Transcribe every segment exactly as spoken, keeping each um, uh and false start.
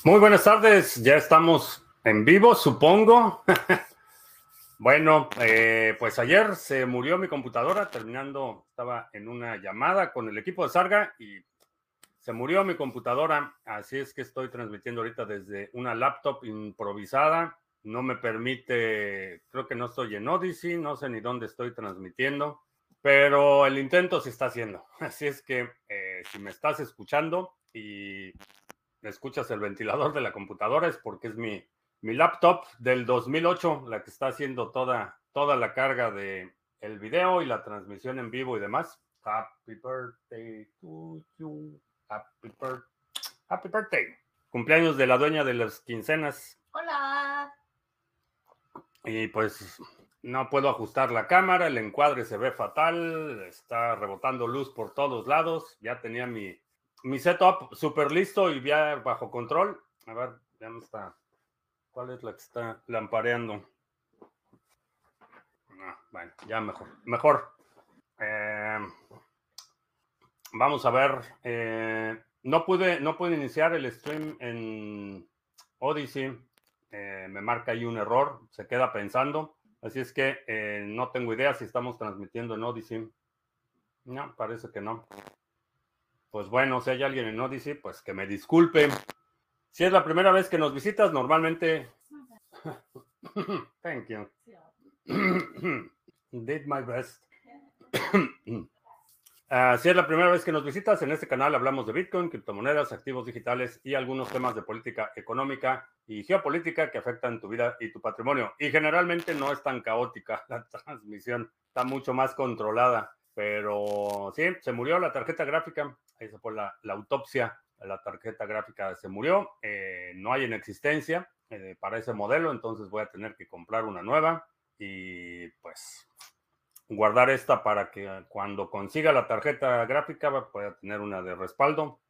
Muy buenas tardes, ya estamos en vivo, supongo. Bueno, eh, pues ayer se murió mi computadora, terminando, estaba en una llamada con el equipo de Sarga y se murió mi computadora, así es que estoy transmitiendo ahorita desde una laptop improvisada. No me permite, creo que no estoy en Odyssey, no sé ni dónde estoy transmitiendo, pero el intento se está haciendo. Así es que eh, si me estás escuchando y escuchas el ventilador de la computadora es porque es mi, mi laptop del dos mil ocho la que está haciendo toda, toda la carga de el video y la transmisión en vivo y demás. Happy birthday to you. Happy, bir- happy birthday. Cumpleaños de la dueña de las quincenas. Hola. Y pues no puedo ajustar la cámara, el encuadre se ve fatal, está rebotando luz por todos lados. Ya tenía mi, mi setup súper listo y ya bajo control. A ver, ya no está. ¿Cuál es la que está lampareando? Ah, bueno, ya mejor. Mejor. Eh, vamos a ver. Eh, no pude, no pude iniciar el stream en Odyssey. Eh, me marca ahí un error. Se queda pensando. Así es que eh, no tengo idea si estamos transmitiendo en Odyssey. No, parece que no. Pues bueno, si hay alguien en Odyssey, pues que me disculpe. Si es la primera vez que nos visitas, normalmente... Thank you. Did my best. Uh, si es la primera vez que nos visitas, en este canal hablamos de Bitcoin, criptomonedas, activos digitales y algunos temas de política económica y geopolítica que afectan tu vida y tu patrimonio. Y generalmente no es tan caótica la transmisión, está mucho más controlada. Pero sí, se murió la tarjeta gráfica, esa fue la, la autopsia, la tarjeta gráfica se murió, eh, no hay en existencia eh, para ese modelo, entonces voy a tener que comprar una nueva y pues guardar esta para que cuando consiga la tarjeta gráfica pueda tener una de respaldo.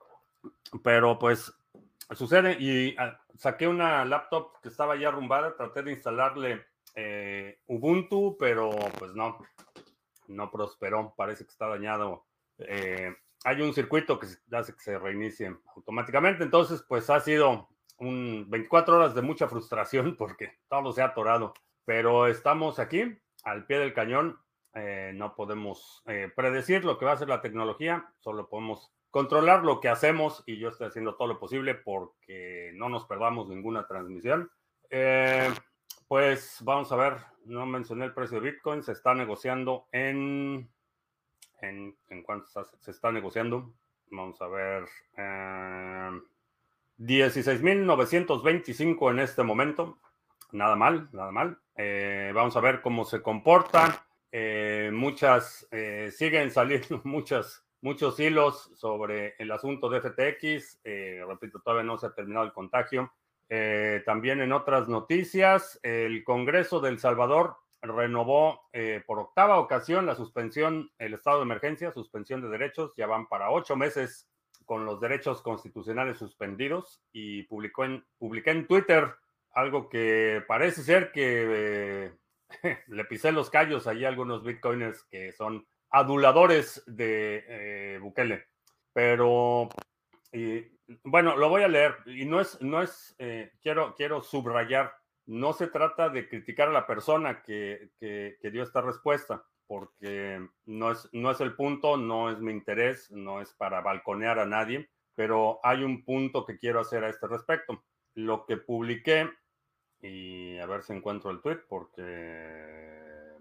Pero pues sucede y uh, saqué una laptop que estaba ya arrumbada, traté de instalarle eh, Ubuntu, pero pues no, no prosperó, parece que está dañado. Eh, hay un circuito que hace que se reinicie automáticamente, entonces pues ha sido un veinticuatro horas de mucha frustración porque todo se ha atorado, pero estamos aquí al pie del cañón. Eh, no podemos eh, predecir lo que va a hacer la tecnología, solo podemos controlar lo que hacemos y yo estoy haciendo todo lo posible porque no nos perdamos ninguna transmisión. Eh, pues vamos a ver, no mencioné el precio de Bitcoin, se está negociando en... ¿En, en cuánto está, se está negociando? Vamos a ver. Eh, dieciséis mil novecientos veinticinco en este momento. Nada mal, nada mal. Eh, vamos a ver cómo se comporta. Eh, muchas, eh, siguen saliendo muchas, muchos hilos sobre el asunto de F T X. Eh, repito, todavía no se ha terminado el contagio. Eh, también en otras noticias, el Congreso de El Salvador renovó eh, por octava ocasión la suspensión, el estado de emergencia, suspensión de derechos. Ya van para ocho meses con los derechos constitucionales suspendidos y publicó en, publiqué en Twitter algo que parece ser que eh, le pisé los callos ahí a algunos bitcoiners que son aduladores de eh, Bukele. Pero, y, bueno, lo voy a leer y no es, no es eh, quiero, quiero subrayar, no se trata de criticar a la persona que, que, que dio esta respuesta porque no es, no es el punto, no es mi interés, no es para balconear a nadie, pero hay un punto que quiero hacer a este respecto. Lo que publiqué, y a ver si encuentro el tweet, porque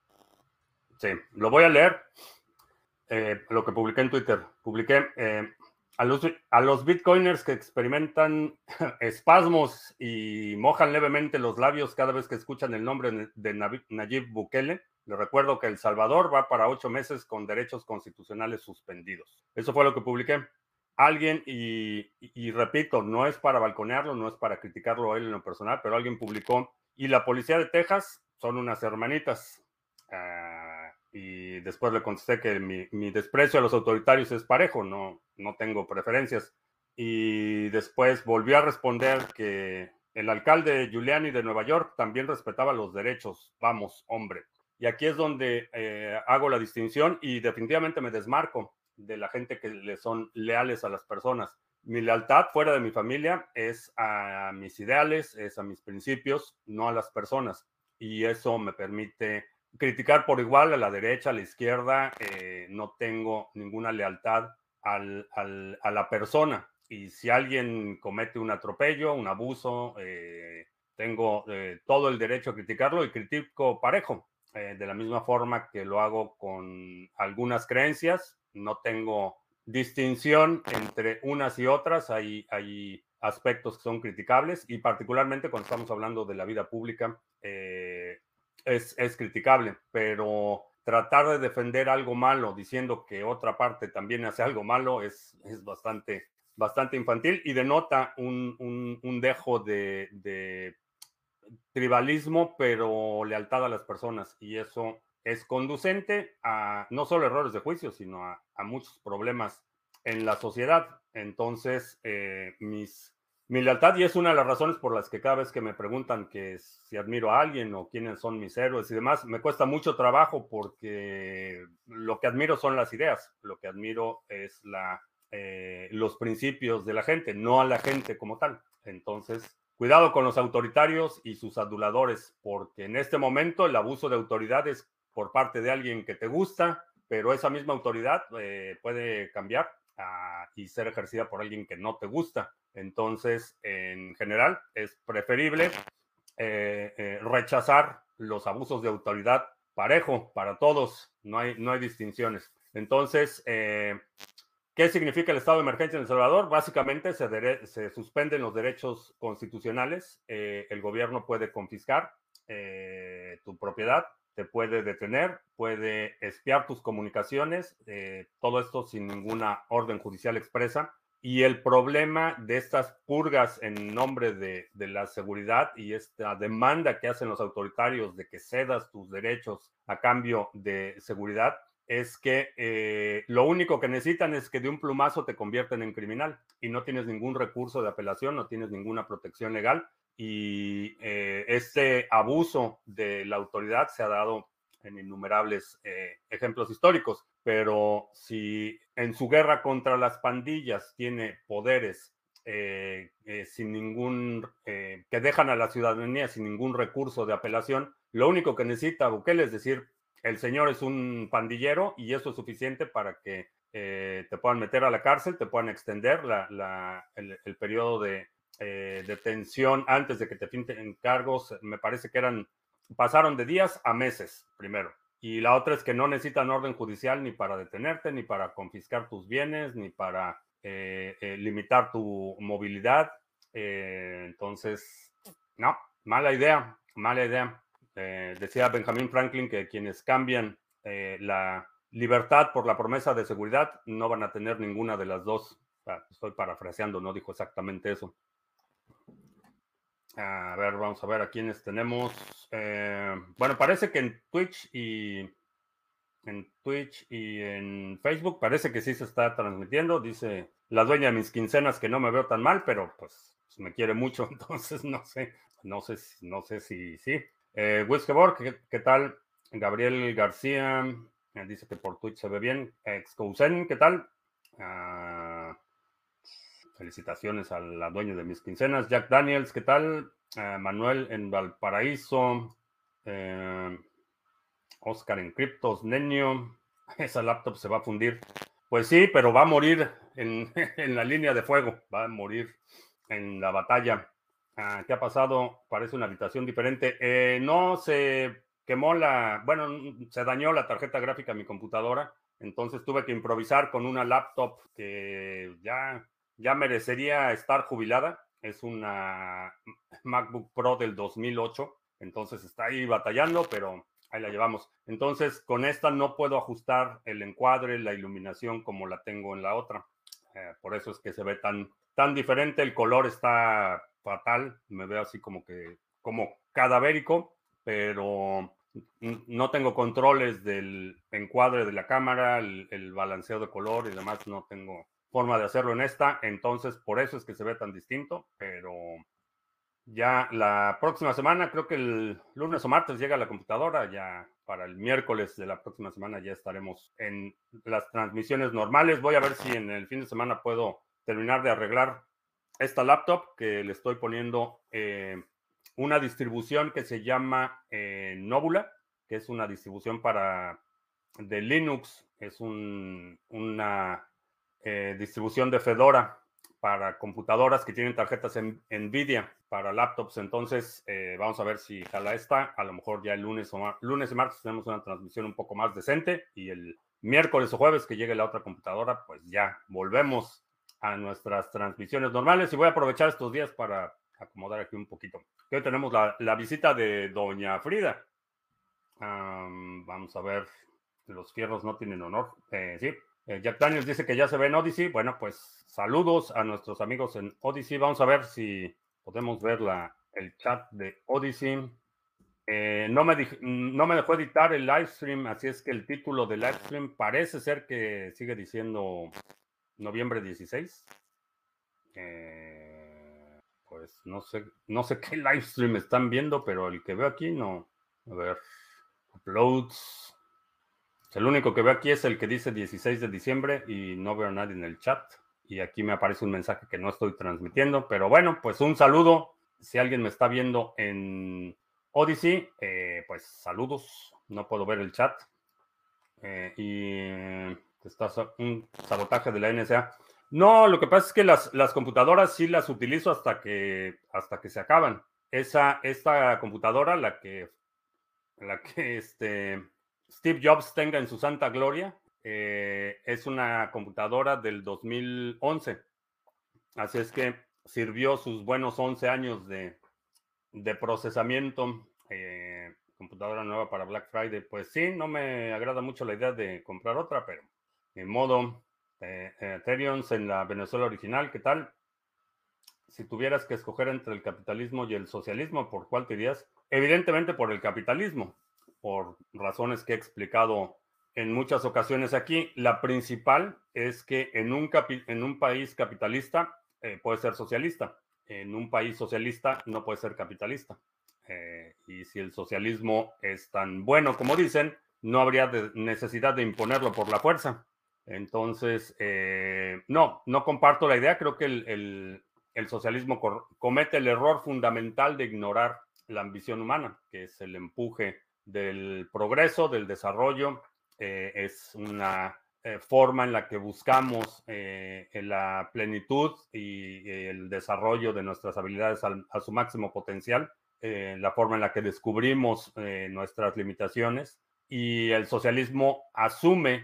sí, lo voy a leer, eh, lo que publiqué en Twitter. Publiqué eh, a, los, a los bitcoiners que experimentan espasmos y mojan levemente los labios cada vez que escuchan el nombre de Nayib Bukele. Les recuerdo que El Salvador va para ocho meses con derechos constitucionales suspendidos. Eso fue lo que publiqué. Alguien, y, y, y repito, no es para balconearlo, no es para criticarlo a él en lo personal, pero alguien publicó, y la policía de Texas son unas hermanitas. Uh, y después le contesté que mi, mi, desprecio a los autoritarios es parejo, no, no tengo preferencias. Y después volvió a responder que el alcalde Giuliani de Nueva York también respetaba los derechos. Vamos, hombre. Y aquí es donde eh, hago la distinción y definitivamente me desmarco de la gente que le son leales a las personas. Mi lealtad fuera de mi familia es a mis ideales, es a mis principios, no a las personas. Y eso me permite criticar por igual a la derecha, a la izquierda. Eh, no tengo ninguna lealtad al, al, a la persona. Y si alguien comete un atropello, un abuso, eh, tengo eh, todo el derecho a criticarlo y critico parejo. Eh, de la misma forma que lo hago con algunas creencias, no tengo distinción entre unas y otras. Hay, hay aspectos que son criticables y particularmente cuando estamos hablando de la vida pública, eh, es, es criticable, pero tratar de defender algo malo diciendo que otra parte también hace algo malo es, es bastante, bastante infantil y denota un, un, un dejo de, de tribalismo, pero lealtad a las personas. Y eso es conducente a no solo errores de juicio, sino a, a muchos problemas en la sociedad. Entonces, eh, mis, mi lealtad, y es una de las razones por las que cada vez que me preguntan que si admiro a alguien o quiénes son mis héroes y demás, me cuesta mucho trabajo porque lo que admiro son las ideas, lo que admiro es la, eh, los principios de la gente, no a la gente como tal. Entonces, cuidado con los autoritarios y sus aduladores, porque en este momento el abuso de autoridad es por parte de alguien que te gusta, pero esa misma autoridad eh, puede cambiar uh, y ser ejercida por alguien que no te gusta. Entonces, en general, es preferible eh, eh, rechazar los abusos de autoridad parejo para todos, no hay, no hay distinciones. Entonces, eh, ¿qué significa el estado de emergencia en El Salvador? Básicamente se, se suspenden los derechos constitucionales, eh, el gobierno puede confiscar eh, tu propiedad, te puede detener, puede espiar tus comunicaciones, eh, todo esto sin ninguna orden judicial expresa. Y el problema de estas purgas en nombre de, de la seguridad y esta demanda que hacen los autoritarios de que cedas tus derechos a cambio de seguridad es que eh, lo único que necesitan es que de un plumazo te convierten en criminal y no tienes ningún recurso de apelación, no tienes ninguna protección legal y eh, este abuso de la autoridad se ha dado en innumerables eh, ejemplos históricos, pero si en su guerra contra las pandillas tiene poderes eh, eh, sin ningún, eh, que dejan a la ciudadanía sin ningún recurso de apelación, lo único que necesita Bukele es decir, el señor es un pandillero y eso es suficiente para que eh, te puedan meter a la cárcel, te puedan extender la, la, el, el, periodo de eh, detención antes de que te finten cargos. Me parece que eran, pasaron de días a meses primero. Y la otra es que no necesitan orden judicial ni para detenerte, ni para confiscar tus bienes, ni para eh, eh, limitar tu movilidad. Eh, entonces, no, mala idea, mala idea. Eh, decía Benjamin Franklin que quienes cambian eh, la libertad por la promesa de seguridad no van a tener ninguna de las dos. Ah, estoy parafraseando, no dijo exactamente eso. A ver, vamos a ver a quiénes tenemos. Eh, bueno, parece que en Twitch y en Twitch y en Facebook parece que sí se está transmitiendo. Dice la dueña de mis quincenas que no me veo tan mal, pero pues, pues me quiere mucho, entonces no sé, no sé, no sé si sí. Eh, Wiskeborg, ¿qué, ¿qué tal? Gabriel García eh, dice que por Twitch se ve bien. Excousen, ¿qué tal? Uh, felicitaciones a la dueña de mis quincenas. Jack Daniels, ¿qué tal? Uh, Manuel en Valparaíso. Eh, Oscar en Criptos, Nenio. Esa laptop se va a fundir. Pues sí, pero va a morir en, en la línea de fuego. Va a morir en la batalla. Ah, ¿qué ha pasado? Parece una habitación diferente. Eh, no se quemó la, bueno, se dañó la tarjeta gráfica de mi computadora, entonces tuve que improvisar con una laptop que ya, ya merecería estar jubilada. Es una MacBook Pro del dos mil ocho, entonces está ahí batallando, pero ahí la llevamos. Entonces, con esta no puedo ajustar el encuadre, la iluminación como la tengo en la otra. Eh, por eso es que se ve tan, tan diferente. El color está fatal. Me veo así como que, como cadavérico, pero no tengo controles del encuadre de la cámara, el, el balanceo de color y demás. No tengo forma de hacerlo en esta. Entonces, por eso es que se ve tan distinto, pero ya la próxima semana, creo que el lunes o martes llega la computadora, ya para el miércoles de la próxima semana ya estaremos en las transmisiones normales. Voy a ver si en el fin de semana puedo terminar de arreglar esta laptop que le estoy poniendo eh, una distribución que se llama eh, Nobula, que es una distribución para de Linux, es un, una eh, distribución de Fedora para computadoras que tienen tarjetas en NVIDIA para laptops. Entonces, eh, vamos a ver si jala esta. A lo mejor ya el lunes o lunes y martes tenemos una transmisión un poco más decente y el miércoles o jueves que llegue la otra computadora, pues ya volvemos a nuestras transmisiones normales y voy a aprovechar estos días para acomodar aquí un poquito. Hoy tenemos la, la visita de Doña Frida. Um, vamos a ver, los fierros no tienen honor. Eh, sí, eh, Jack Daniels dice que ya se ve en Odyssey. Bueno, pues saludos a nuestros amigos en Odyssey. Vamos a ver si podemos ver la, el chat de Odyssey. Eh, no, me dij, no me dejó editar el live stream, así es que el título del live stream parece ser que sigue diciendo noviembre dieciséis. Eh, pues no sé, no sé qué live stream están viendo, pero el que veo aquí no. A ver, uploads. El único que veo aquí es el que dice dieciséis de diciembre y no veo a nadie en el chat. Y aquí me aparece un mensaje que no estoy transmitiendo, pero bueno, pues un saludo. Si alguien me está viendo en Odyssey, eh, pues saludos. No puedo ver el chat. Eh, y está un sabotaje de la N S A. No, lo que pasa es que las, las computadoras sí las utilizo hasta que, hasta que se acaban. Esa, esta computadora, la que, la que este, Steve Jobs tenga en su santa gloria, eh, es una computadora del dos mil once. Así es que sirvió sus buenos once años de, de procesamiento. Eh, computadora nueva para Black Friday. Pues sí, no me agrada mucho la idea de comprar otra, pero en modo eh, Ethereum en la Venezuela original, ¿qué tal? Si tuvieras que escoger entre el capitalismo y el socialismo, ¿por cuál te irías? Evidentemente por el capitalismo, por razones que he explicado en muchas ocasiones aquí. La principal es que en un, capi en un país capitalista eh, puede ser socialista. En un país socialista no puede ser capitalista. Eh, y si el socialismo es tan bueno como dicen, no habría de necesidad de imponerlo por la fuerza. Entonces, eh, no, no comparto la idea. Creo que el, el, el socialismo comete el error fundamental de ignorar la ambición humana, que es el empuje del progreso, del desarrollo. Eh, es una eh, forma en la que buscamos eh, la plenitud y el desarrollo de nuestras habilidades al, a su máximo potencial. Eh, la forma en la que descubrimos eh, nuestras limitaciones y el socialismo asume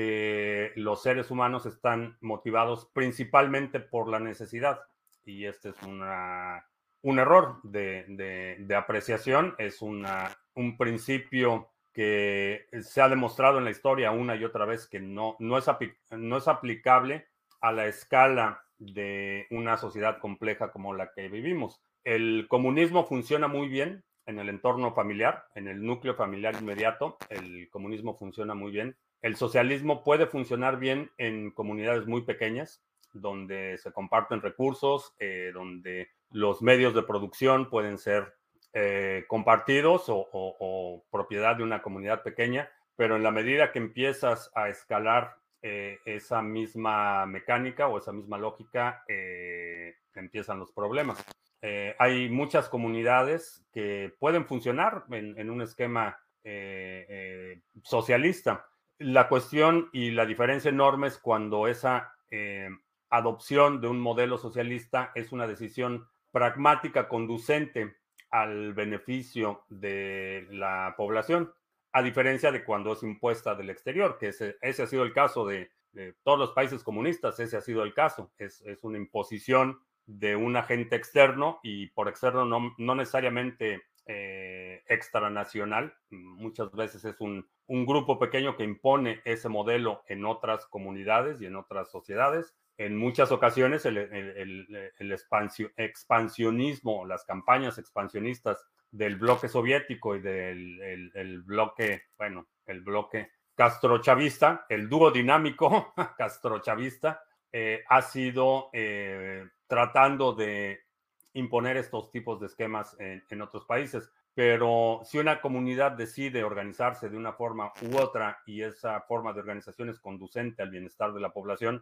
que los seres humanos están motivados principalmente por la necesidad y este es una, un error de, de, de apreciación, es una, un principio que se ha demostrado en la historia una y otra vez que no, no, es, no es aplicable a la escala de una sociedad compleja como la que vivimos. El comunismo funciona muy bien en el entorno familiar, en el núcleo familiar inmediato. El comunismo funciona muy bien. El socialismo puede funcionar bien en comunidades muy pequeñas, donde se comparten recursos, eh, donde los medios de producción pueden ser eh, compartidos o, o, o propiedad de una comunidad pequeña, pero en la medida que empiezas a escalar eh, esa misma mecánica o esa misma lógica, eh, empiezan los problemas. Eh, hay muchas comunidades que pueden funcionar en, en un esquema eh, eh, socialista. La cuestión y la diferencia enorme es cuando esa eh, adopción de un modelo socialista es una decisión pragmática conducente al beneficio de la población, a diferencia de cuando es impuesta del exterior, que ese, ese ha sido el caso de, de todos los países comunistas, ese ha sido el caso, es, es una imposición de un agente externo y por externo no, no necesariamente eh, extranacional, muchas veces es un, un grupo pequeño que impone ese modelo en otras comunidades y en otras sociedades. En muchas ocasiones el, el, el, el expansio, expansionismo, las campañas expansionistas del bloque soviético y del el, el bloque, bueno, el bloque castrochavista, el dúo dinámico castrochavista, eh, ha sido eh, tratando de imponer estos tipos de esquemas en, en otros países. Pero si una comunidad decide organizarse de una forma u otra y esa forma de organización es conducente al bienestar de la población,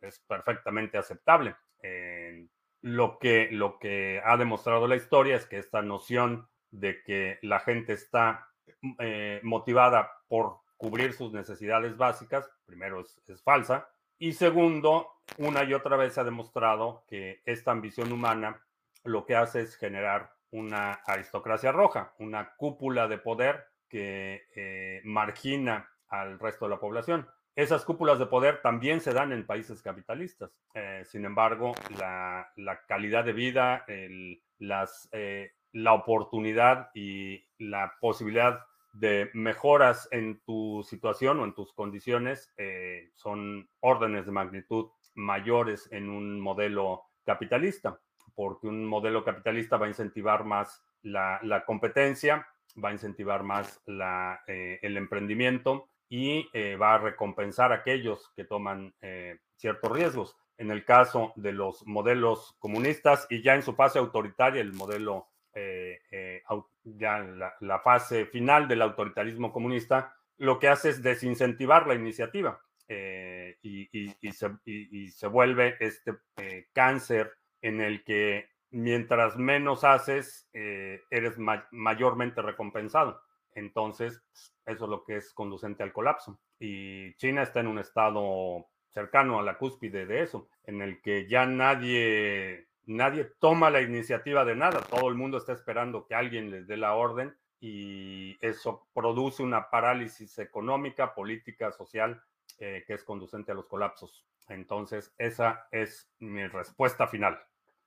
es perfectamente aceptable. Eh, lo, que, lo que ha demostrado la historia es que esta noción de que la gente está eh, motivada por cubrir sus necesidades básicas, primero es, es falsa, y segundo, una y otra vez se ha demostrado que esta ambición humana lo que hace es generar una aristocracia roja, una cúpula de poder que eh, margina al resto de la población. Esas cúpulas de poder también se dan en países capitalistas. Eh, sin embargo, la, la, calidad de vida, el, las, eh, la oportunidad y la posibilidad de mejoras en tu situación o en tus condiciones eh, son órdenes de magnitud mayores en un modelo capitalista, porque un modelo capitalista va a incentivar más la, la competencia, va a incentivar más la, eh, el emprendimiento y eh, va a recompensar a aquellos que toman eh, ciertos riesgos. En el caso de los modelos comunistas y ya en su fase autoritaria, el modelo, eh, eh, ya la, la fase final del autoritarismo comunista, lo que hace es desincentivar la iniciativa eh, y, y, y, se, y, y, se, vuelve este eh, cáncer en el que mientras menos haces, eh, eres ma mayormente recompensado. Entonces, eso es lo que es conducente al colapso. Y China está en un estado cercano a la cúspide de eso, en el que ya nadie, nadie toma la iniciativa de nada. Todo el mundo está esperando que alguien les dé la orden y eso produce una parálisis económica, política, social, eh, que es conducente a los colapsos. Entonces, esa es mi respuesta final.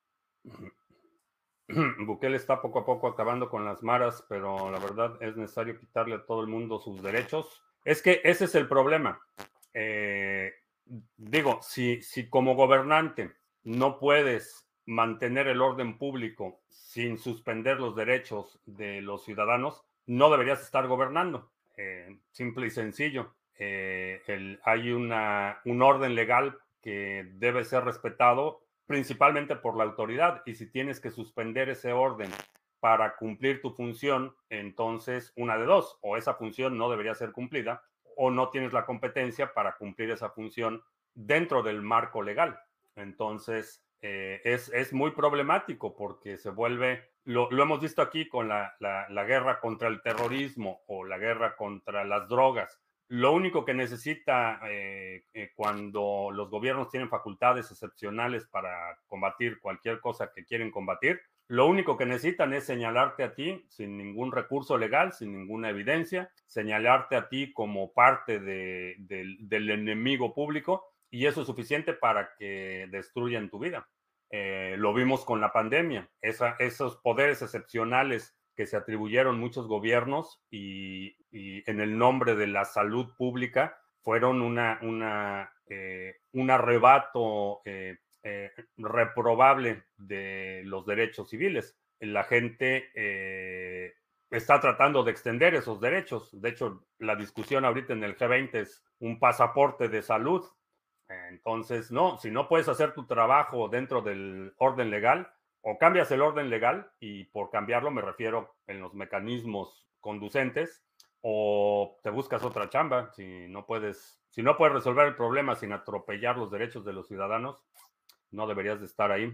Bukele está poco a poco acabando con las maras, pero la verdad es necesario quitarle a todo el mundo sus derechos. Es que ese es el problema. Eh, digo, si, si como gobernante no puedes mantener el orden público sin suspender los derechos de los ciudadanos, no deberías estar gobernando. Eh, simple y sencillo. Eh, el, hay una, un orden legal que debe ser respetado principalmente por la autoridad, y si tienes que suspender ese orden para cumplir tu función, entonces una de dos, o esa función no debería ser cumplida, o no tienes la competencia para cumplir esa función dentro del marco legal. Entonces, eh, es, es muy problemático porque se vuelve, lo, lo hemos visto aquí con la, la, la guerra contra el terrorismo o la guerra contra las drogas. Lo único que necesita eh, eh, cuando los gobiernos tienen facultades excepcionales para combatir cualquier cosa que quieren combatir, lo único que necesitan es señalarte a ti sin ningún recurso legal, sin ninguna evidencia, señalarte a ti como parte de, de, del enemigo público, y eso es suficiente para que destruyan tu vida. Eh, lo vimos con la pandemia, Esa, esos poderes excepcionales que se atribuyeron muchos gobiernos y, y en el nombre de la salud pública fueron una, una, eh, un arrebato eh, eh, reprobable de los derechos civiles. La gente eh, está tratando de extender esos derechos. De hecho, la discusión ahorita en el G veinte es un pasaporte de salud. Entonces, no, si no puedes hacer tu trabajo dentro del orden legal, o cambias el orden legal, y por cambiarlo me refiero en los mecanismos conducentes, o te buscas otra chamba. Si no puedes, si no puedes resolver el problema sin atropellar los derechos de los ciudadanos, no deberías de estar ahí.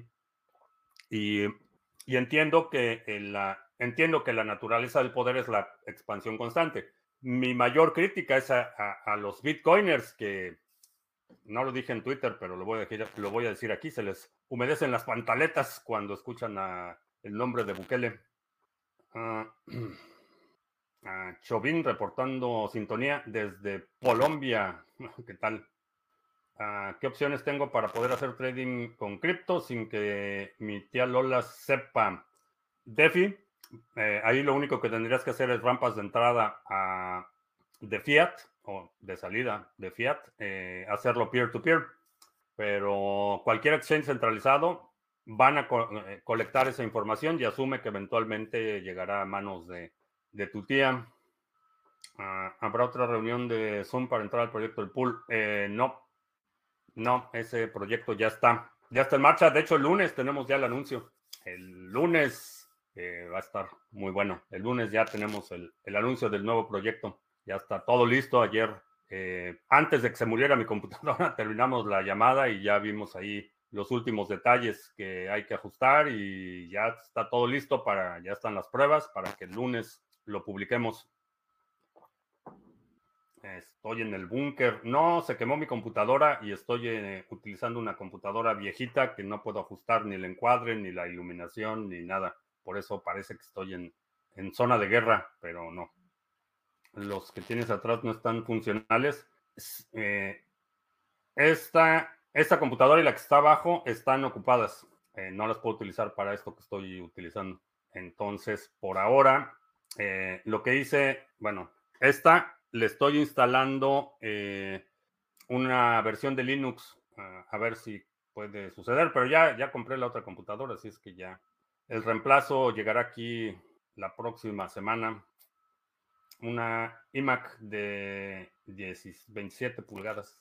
Y, y entiendo que la, entiendo que la naturaleza del poder es la expansión constante. Mi mayor crítica es a, a, a los bitcoiners que no lo dije en Twitter, pero lo voy, a decir, lo voy a decir aquí, se les humedecen las pantaletas cuando escuchan a, el nombre de Bukele. Uh, uh, Chauvin reportando sintonía desde Colombia. ¿Qué tal? Uh, ¿Qué opciones tengo para poder hacer trading con cripto sin que mi tía Lola sepa? DeFi, eh, ahí lo único que tendrías que hacer es rampas de entrada a, de fiat o de salida de fiat, eh, hacerlo peer-to-peer. Pero cualquier exchange centralizado van a co eh, colectar esa información y asume que eventualmente llegará a manos de, de tu tía. Uh, ¿Habrá otra reunión de Zoom para entrar al proyecto del pool? Eh, no, no, ese proyecto ya está, ya está en marcha. De hecho, el lunes tenemos ya el anuncio. El lunes eh, va a estar muy bueno. El lunes ya tenemos el, el anuncio del nuevo proyecto. Ya está todo listo. Ayer Eh, antes de que se muriera mi computadora, terminamos la llamada y ya vimos ahí los últimos detalles que hay que ajustar y ya está todo listo para, ya están las pruebas para que el lunes lo publiquemos. Estoy en el búnker. No, se quemó mi computadora y estoy eh, utilizando una computadora viejita que no puedo ajustar ni el encuadre, ni la iluminación, ni nada. Por eso parece que estoy en, en zona de guerra, pero no. Los que tienes atrás no están funcionales. Eh, esta, esta computadora y la que está abajo están ocupadas. Eh, no las puedo utilizar para esto que estoy utilizando. Entonces, por ahora, eh, lo que hice, bueno, esta le estoy instalando eh, una versión de Linux, uh, a ver si puede suceder, pero ya, ya compré la otra computadora, así es que ya el reemplazo llegará aquí la próxima semana. Una iMac de veintisiete pulgadas.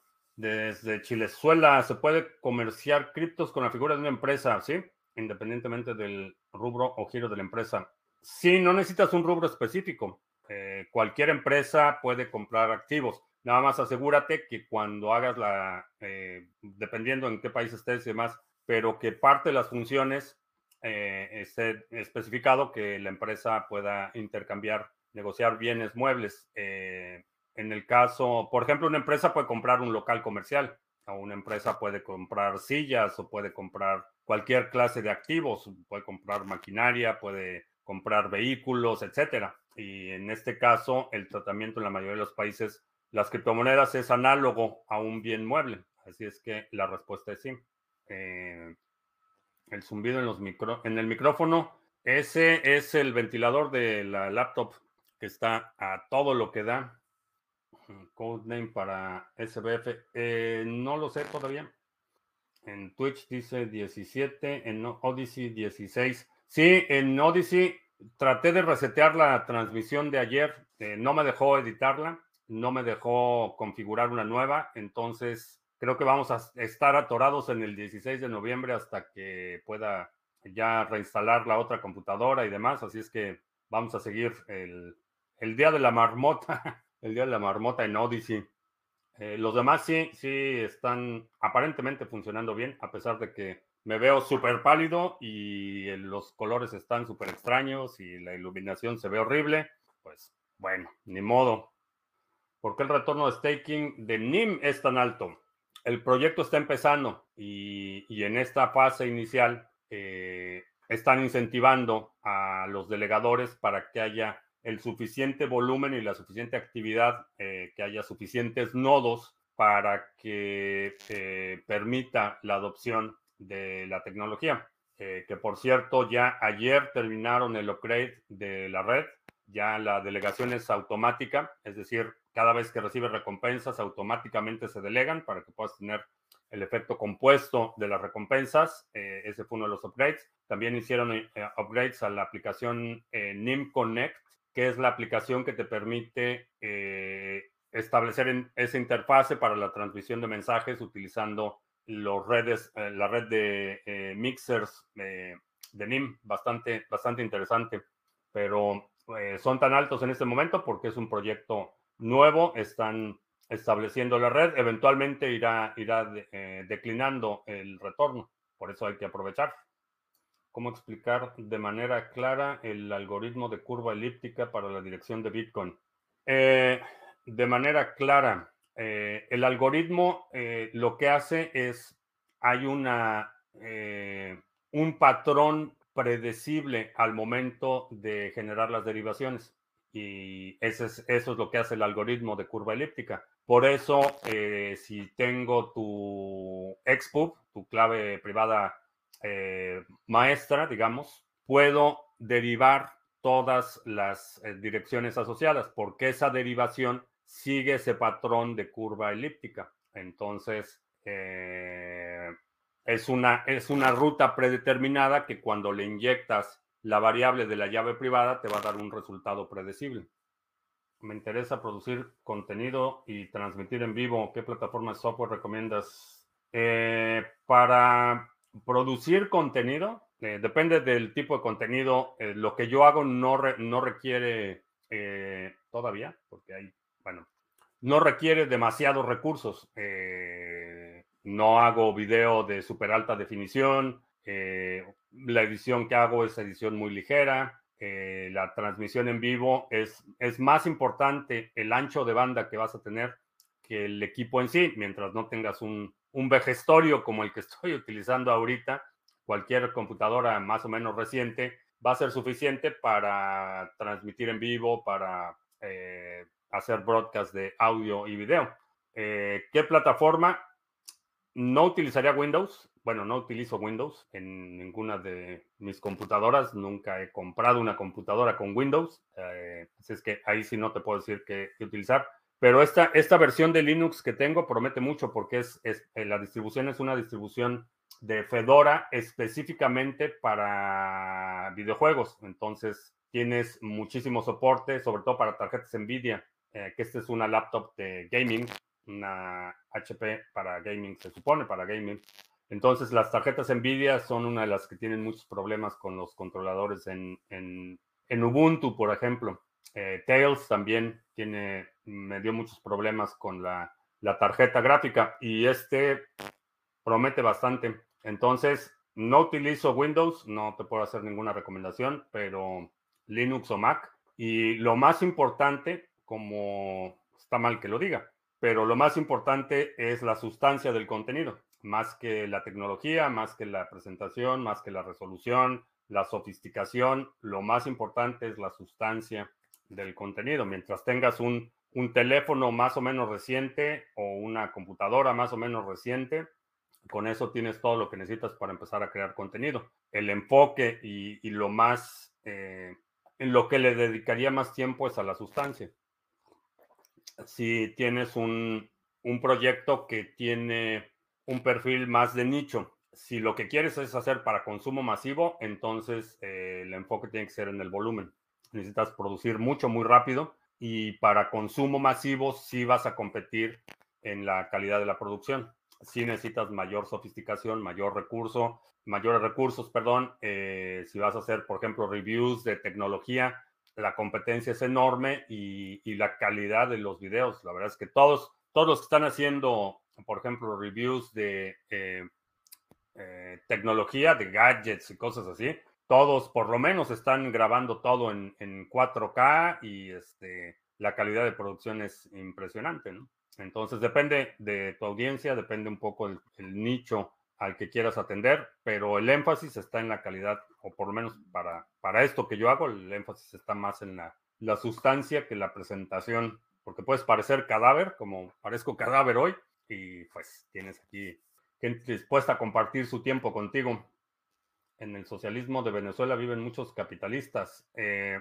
Desde Chilezuela se puede comerciar criptos con la figura de una empresa, ¿sí? Independientemente del rubro o giro de la empresa. Sí, no necesitas un rubro específico. Eh, cualquier empresa puede comprar activos. Nada más asegúrate que cuando hagas la, eh, dependiendo en qué país estés y demás, pero que parte de las funciones eh, esté especificado que la empresa pueda intercambiar, negociar bienes muebles. Eh, en el caso, por ejemplo, una empresa puede comprar un local comercial, o una empresa puede comprar sillas, o puede comprar cualquier clase de activos, puede comprar maquinaria, puede comprar vehículos, etcétera. Y en este caso, el tratamiento en la mayoría de los países, las criptomonedas es análogo a un bien mueble. Así es que la respuesta es sí. Eh, el zumbido en, los micro, en el micrófono, ese es el ventilador de la laptop que está a todo lo que da. Codename para S B F. Eh, no lo sé todavía. En Twitch dice diecisiete, en Odyssey dieciséis. Sí, en Odyssey traté de resetear la transmisión de ayer. Eh, no me dejó editarla, no me dejó configurar una nueva. Entonces, creo que vamos a estar atorados en el dieciséis de noviembre hasta que pueda ya reinstalar la otra computadora y demás. Así es que vamos a seguir el, el día de la marmota, el día de la marmota en Odyssey. Eh, los demás sí, sí están aparentemente funcionando bien, a pesar de que me veo súper pálido y eh, los colores están súper extraños y la iluminación se ve horrible. Pues bueno, ni modo. ¿Por qué el retorno de staking de N I M es tan alto? El proyecto está empezando y, y en esta fase inicial eh, están incentivando a los delegadores para que haya el suficiente volumen y la suficiente actividad, eh, que haya suficientes nodos para que eh, permita la adopción de la tecnología. Eh, que por cierto, ya ayer terminaron el upgrade de la red, ya la delegación es automática, es decir, cada vez que recibes recompensas automáticamente se delegan para que puedas tener el efecto compuesto de las recompensas. Eh, ese fue uno de los upgrades. También hicieron eh, upgrades a la aplicación eh, N I M Connect, que es la aplicación que te permite eh, establecer en esa interfase para la transmisión de mensajes utilizando los redes, eh, la red de eh, mixers eh, de N I M, bastante, bastante interesante. Pero eh, son tan altos en este momento porque es un proyecto nuevo, están estableciendo la red, eventualmente irá, irá de, eh, declinando el retorno, por eso hay que aprovechar. ¿Cómo explicar de manera clara el algoritmo de curva elíptica para la dirección de Bitcoin? Eh, de manera clara, eh, el algoritmo eh, lo que hace es, hay una, eh, un patrón predecible al momento de generar las derivaciones. Y ese es, eso es lo que hace el algoritmo de curva elíptica. Por eso, eh, si tengo tu X P U B, tu clave privada eh, maestra, digamos, puedo derivar todas las eh, direcciones asociadas, porque esa derivación sigue ese patrón de curva elíptica. Entonces, eh, es, una, es una ruta predeterminada que cuando le inyectas la variable de la llave privada te va a dar un resultado predecible. Me interesa producir contenido y transmitir en vivo. ¿Qué plataforma de software recomiendas? Eh, para producir contenido, eh, depende del tipo de contenido. Eh, lo que yo hago no, re, no requiere eh, todavía, porque hay, bueno, no requiere demasiados recursos. Eh, no hago video de súper alta definición. Eh, la edición que hago es edición muy ligera. Eh, la transmisión en vivo es, es más importante el ancho de banda que vas a tener que el equipo en sí, mientras no tengas un, un vejestorio como el que estoy utilizando ahorita. Cualquier computadora más o menos reciente va a ser suficiente para transmitir en vivo, para eh, hacer broadcast de audio y video. Eh, ¿Qué plataforma? No utilizaría Windows. Bueno, no utilizo Windows en ninguna de mis computadoras. Nunca he comprado una computadora con Windows. Eh, así es que ahí sí no te puedo decir qué, qué utilizar. Pero esta, esta versión de Linux que tengo promete mucho porque es, es eh, la distribución es una distribución de Fedora específicamente para videojuegos. Entonces tienes muchísimo soporte, sobre todo para tarjetas NVIDIA, eh, que esta es una laptop de gaming, una H P para gaming, se supone para gaming. Entonces las tarjetas NVIDIA son una de las que tienen muchos problemas con los controladores en, en, en Ubuntu, por ejemplo. Eh, Tails también tiene, me dio muchos problemas con la, la tarjeta gráfica y este promete bastante. Entonces, no utilizo Windows, no te puedo hacer ninguna recomendación, pero Linux o Mac. Y lo más importante, como está mal que lo diga, pero lo más importante es la sustancia del contenido, más que la tecnología, más que la presentación, más que la resolución, la sofisticación. Lo más importante es la sustancia del contenido. Mientras tengas un, un teléfono más o menos reciente o una computadora más o menos reciente, con eso tienes todo lo que necesitas para empezar a crear contenido. El enfoque y, y lo más, eh, en lo que le dedicaría más tiempo es a la sustancia. Si tienes un, un proyecto que tiene un perfil más de nicho, si lo que quieres es hacer para consumo masivo, entonces eh, el enfoque tiene que ser en el volumen. Necesitas producir mucho, muy rápido y para consumo masivo sí vas a competir en la calidad de la producción. Sí necesitas mayor sofisticación, mayor recurso, mayores recursos, perdón. Eh, si vas a hacer, por ejemplo, reviews de tecnología, la competencia es enorme y, y, la calidad de los videos. La verdad es que todos, todos los que están haciendo, por ejemplo, reviews de eh, eh, tecnología, de gadgets y cosas así, todos por lo menos están grabando todo en, en cuatro K y este, la calidad de producción es impresionante, ¿no? Entonces depende de tu audiencia, depende un poco el, el nicho al que quieras atender, pero el énfasis está en la calidad, o por lo menos para, para esto que yo hago, el énfasis está más en la, la sustancia que la presentación, porque puedes parecer cadáver, como parezco cadáver hoy, y pues tienes aquí gente dispuesta a compartir su tiempo contigo. En el socialismo de Venezuela viven muchos capitalistas. Eh,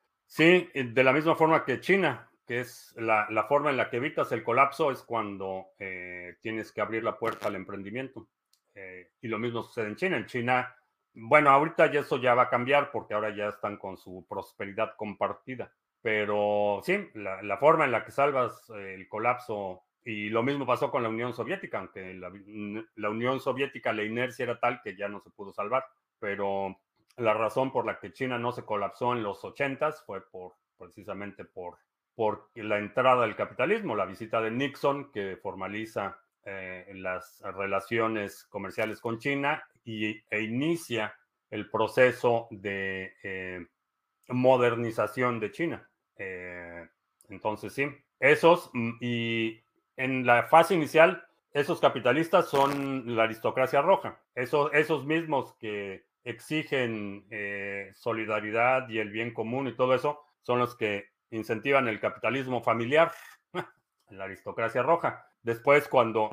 sí, de la misma forma que China, que es la, la forma en la que evitas el colapso, es cuando eh, tienes que abrir la puerta al emprendimiento. Eh, y lo mismo sucede en China. En China, bueno, ahorita ya eso ya va a cambiar porque ahora ya están con su prosperidad compartida. Pero sí, la, la forma en la que salvas eh, el colapso, y lo mismo pasó con la Unión Soviética, aunque la, la Unión Soviética, la inercia era tal que ya no se pudo salvar, pero la razón por la que China no se colapsó en los ochentas fue por, precisamente por, por la entrada del capitalismo, la visita de Nixon, que formaliza eh, las relaciones comerciales con China y, e inicia el proceso de eh, modernización de China. Eh, entonces, sí, esos mm, y en la fase inicial, esos capitalistas son la aristocracia roja, esos, esos mismos que exigen eh, solidaridad y el bien común y todo eso, son los que incentivan el capitalismo familiar, la aristocracia roja. Después, cuando,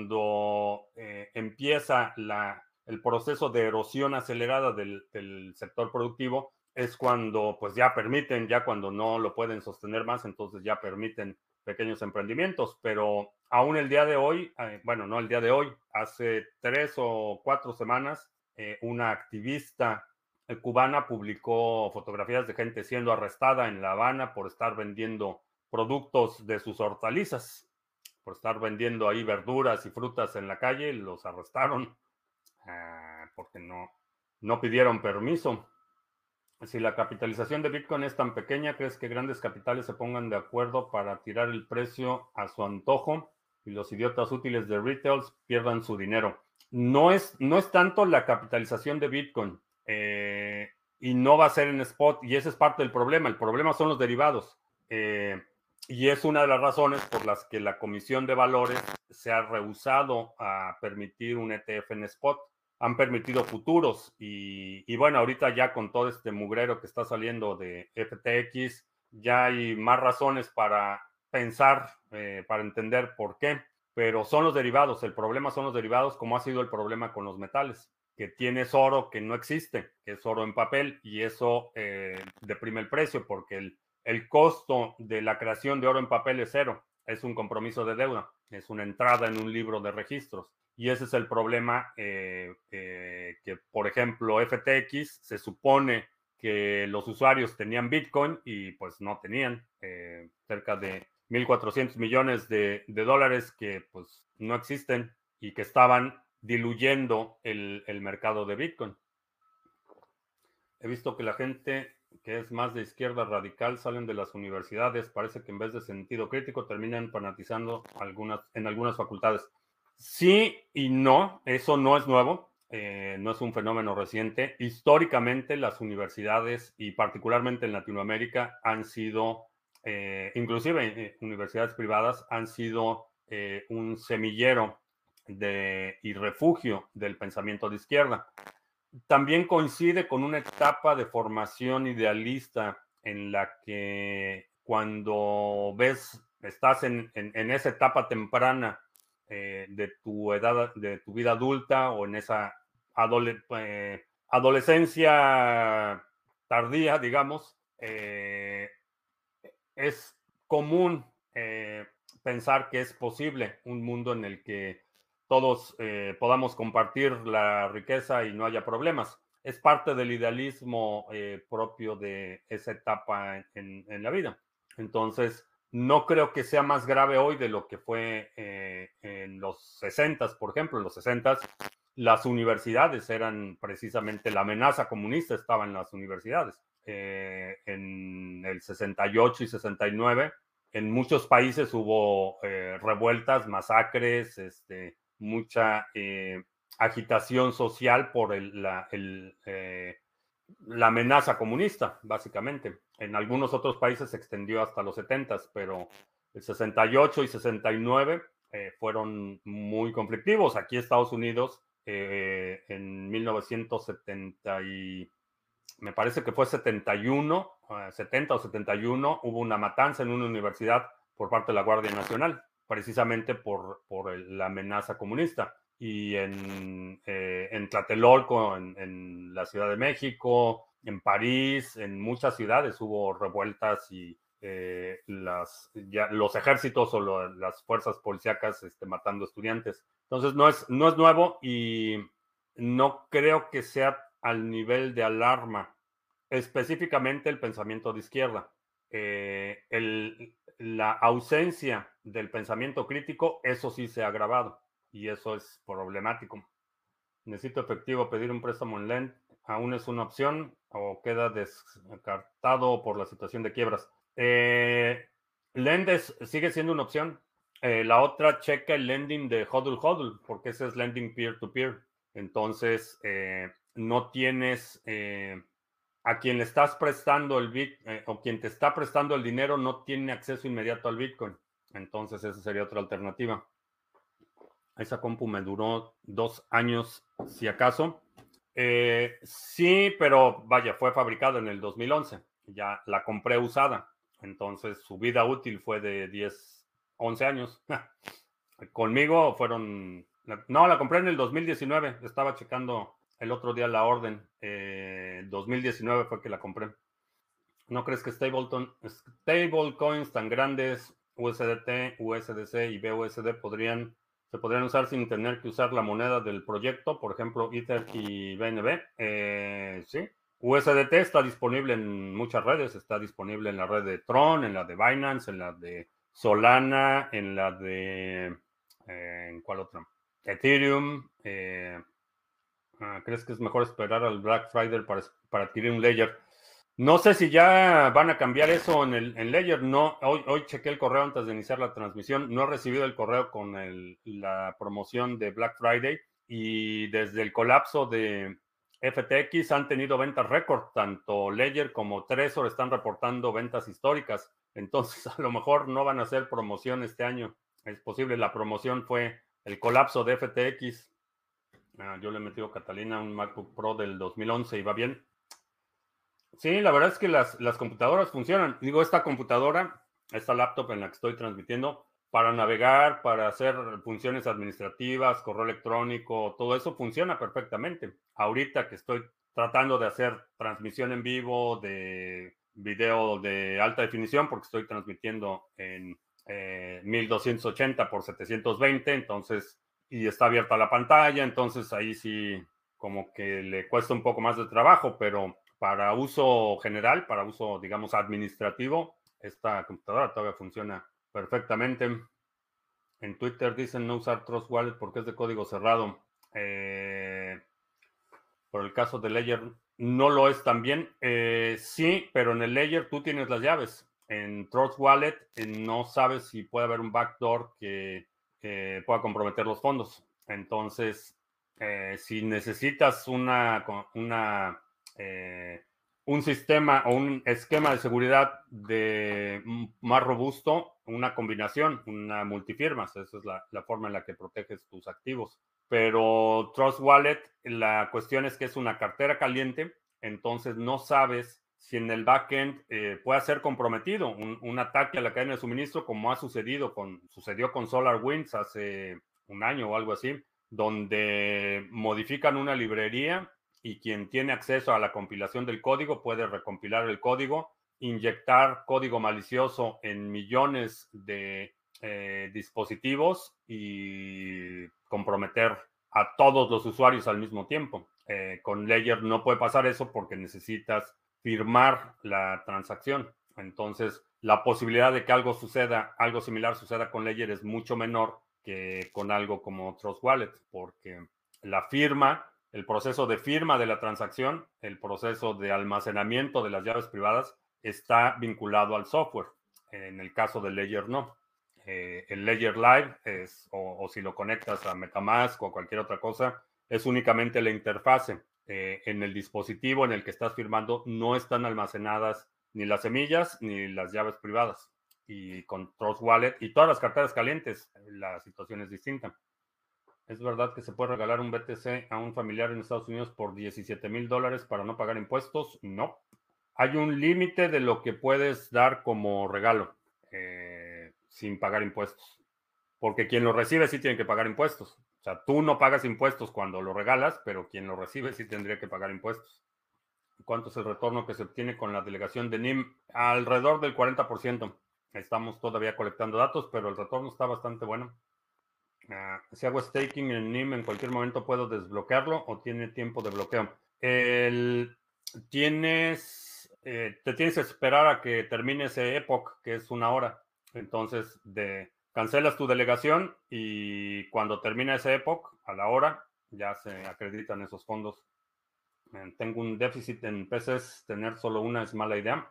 cuando eh, empieza la, el proceso de erosión acelerada del, del sector productivo, es cuando pues ya permiten, ya cuando no lo pueden sostener más, entonces ya permiten pequeños emprendimientos, pero aún el día de hoy, eh, bueno, no el día de hoy, hace tres o cuatro semanas, eh, una activista eh, cubana publicó fotografías de gente siendo arrestada en La Habana por estar vendiendo productos de sus hortalizas, por estar vendiendo ahí verduras y frutas en la calle, los arrestaron eh, porque no, no pidieron permiso. Si la capitalización de Bitcoin es tan pequeña, ¿crees que grandes capitales se pongan de acuerdo para tirar el precio a su antojo y los idiotas útiles de retails pierdan su dinero? No es, no es tanto la capitalización de Bitcoin eh, y no va a ser en spot y ese es parte del problema. El problema son los derivados eh, y es una de las razones por las que la Comisión de Valores se ha rehusado a permitir un E T F en spot. Han permitido futuros y, y bueno, ahorita ya con todo este mugrero que está saliendo de F T X, ya hay más razones para pensar, eh, para entender por qué, pero son los derivados, el problema son los derivados, como ha sido el problema con los metales, que tienes oro que no existe, que es oro en papel, y eso eh, deprime el precio porque el, el costo de la creación de oro en papel es cero, es un compromiso de deuda, es una entrada en un libro de registros. Y ese es el problema eh, eh, que, por ejemplo, F T X se supone que los usuarios tenían Bitcoin y pues no tenían eh, cerca de mil cuatrocientos millones de, de, dólares que pues no existen y que estaban diluyendo el, el mercado de Bitcoin. He visto que la gente que es más de izquierda radical salen de las universidades, parece que en vez de sentido crítico terminan fanatizando algunas, en algunas facultades. Sí y no, eso no es nuevo, eh, no es un fenómeno reciente. Históricamente las universidades y particularmente en Latinoamérica han sido, eh, inclusive eh, universidades privadas, han sido eh, un semillero de, y refugio del pensamiento de izquierda. También coincide con una etapa de formación idealista en la que cuando ves, estás en, en, en esa etapa temprana eh, de tu edad, de tu vida adulta o en esa adole eh, adolescencia tardía, digamos, eh, es común eh, pensar que es posible un mundo en el que todos eh, podamos compartir la riqueza y no haya problemas. Es parte del idealismo eh, propio de esa etapa en, en, la vida. Entonces, no creo que sea más grave hoy de lo que fue eh, en los sesentas, por ejemplo. En los sesentas, las universidades eran precisamente la amenaza comunista, estaba en las universidades. Eh, en el sesenta y ocho y sesenta y nueve, en muchos países hubo eh, revueltas, masacres, este, mucha eh, agitación social por el, la, el, eh, la amenaza comunista, básicamente. En algunos otros países se extendió hasta los setentas, pero el sesenta y ocho y sesenta y nueve eh, fueron muy conflictivos. Aquí en Estados Unidos, eh, en mil novecientos setenta y me parece que fue setenta y uno, uh, setenta o setenta y uno, hubo una matanza en una universidad por parte de la Guardia Nacional, precisamente por, por el, la amenaza comunista. Y en, eh, en Tlatelolco, en, en la Ciudad de México, en París, en muchas ciudades hubo revueltas y eh, las, ya, los ejércitos o lo, las fuerzas policíacas este, matando estudiantes. Entonces no es, no es nuevo y no creo que sea al nivel de alarma, específicamente el pensamiento de izquierda. Eh, el, la ausencia del pensamiento crítico, eso sí se ha agravado y eso es problemático. Necesito efectivo, pedir un préstamo en Lend, ¿aún es una opción o queda descartado por la situación de quiebras? Eh, Lend es, sigue siendo una opción. Eh, la otra, checa el lending de HODL HODL, porque ese es lending peer-to-peer. -peer. Entonces, eh, no tienes eh, a quien le estás prestando el bit eh, o quien te está prestando el dinero no tiene acceso inmediato al Bitcoin. Entonces, esa sería otra alternativa. Esa compu me duró dos años, si acaso. Eh, sí, pero vaya, fue fabricada en el dos mil once. Ya la compré usada. Entonces, su vida útil fue de diez, once años. Conmigo fueron... No, la compré en el dos mil diecinueve. Estaba checando el otro día la orden. Eh, dos mil diecinueve fue que la compré. ¿No crees que stablecoins stable tan grandes, U S D T, U S D C y B U S D podrían, se podrían usar sin tener que usar la moneda del proyecto, por ejemplo, Ether y B N B? Eh, sí. U S D T está disponible en muchas redes, está disponible en la red de Tron, en la de Binance, en la de Solana, en la de... Eh, ¿en cuál otra? Ethereum. Eh, ¿crees que es mejor esperar al Black Friday para, para adquirir un Ledger? No sé si ya van a cambiar eso en el en Ledger. No, hoy, hoy chequé el correo antes de iniciar la transmisión. No he recibido el correo con el- la promoción de Black Friday y desde el colapso de F T X han tenido ventas récord. Tanto Ledger como Trezor están reportando ventas históricas. Entonces, a lo mejor no van a hacer promoción este año. Es posible. La promoción fue el colapso de F T X. Ah, yo le he metido a Catalina un MacBook Pro del dos mil once y va bien. Sí, la verdad es que las, las computadoras funcionan. Digo, esta computadora, esta laptop en la que estoy transmitiendo, para navegar, para hacer funciones administrativas, correo electrónico, todo eso funciona perfectamente. Ahorita que estoy tratando de hacer transmisión en vivo de video de alta definición, porque estoy transmitiendo en eh, mil doscientos ochenta por setecientos veinte, entonces, y está abierta la pantalla, entonces ahí sí como que le cuesta un poco más de trabajo, pero para uso general, para uso, digamos, administrativo, esta computadora todavía funciona perfectamente. En Twitter dicen no usar Trust Wallet porque es de código cerrado. Eh, por el caso de Ledger, no lo es también. Eh, sí, pero en el Ledger tú tienes las llaves. En Trust Wallet eh, no sabes si puede haber un backdoor que eh, pueda comprometer los fondos. Entonces, eh, si necesitas una, una eh, un sistema o un esquema de seguridad de más robusto, una combinación, una multifirmas, esa es la, la forma en la que proteges tus activos. Pero Trust Wallet, la cuestión es que es una cartera caliente, entonces no sabes si en el backend eh, puede ser comprometido un, un, ataque a la cadena de suministro, como ha sucedido con, sucedió con SolarWinds hace un año o algo así, donde modifican una librería y quien tiene acceso a la compilación del código puede recompilar el código, inyectar código malicioso en millones de eh, dispositivos y comprometer a todos los usuarios al mismo tiempo. Eh, con Ledger no puede pasar eso porque necesitas firmar la transacción. Entonces, la posibilidad de que algo suceda, algo similar suceda con Ledger es mucho menor que con algo como Trust Wallet, porque la firma, el proceso de firma de la transacción, el proceso de almacenamiento de las llaves privadas está vinculado al software. En el caso de Ledger no. Eh, el Ledger Live es, o, o, si lo conectas a MetaMask o cualquier otra cosa, es únicamente la interfase. Eh, en el dispositivo en el que estás firmando no están almacenadas ni las semillas ni las llaves privadas. Y con Trust Wallet y todas las carteras calientes, la situación es distinta. ¿Es verdad que se puede regalar un B T C a un familiar en Estados Unidos por diecisiete mil dólares para no pagar impuestos? No. Hay un límite de lo que puedes dar como regalo eh, sin pagar impuestos. Porque quien lo recibe sí tiene que pagar impuestos. O sea, tú no pagas impuestos cuando lo regalas, pero quien lo recibe sí tendría que pagar impuestos. ¿Cuánto es el retorno que se obtiene con la delegación de N I M? Alrededor del cuarenta por ciento. Estamos todavía colectando datos, pero el retorno está bastante bueno. Uh, si hago staking en N I M, en cualquier momento puedo desbloquearlo o tiene tiempo de bloqueo. El, tienes, eh, te tienes que esperar a que termine ese epoch, que es una hora. Entonces, de, cancelas tu delegación y cuando termina ese epoch, a la hora, ya se acreditan esos fondos. Eh, tengo un déficit en P Cs, tener solo una es mala idea.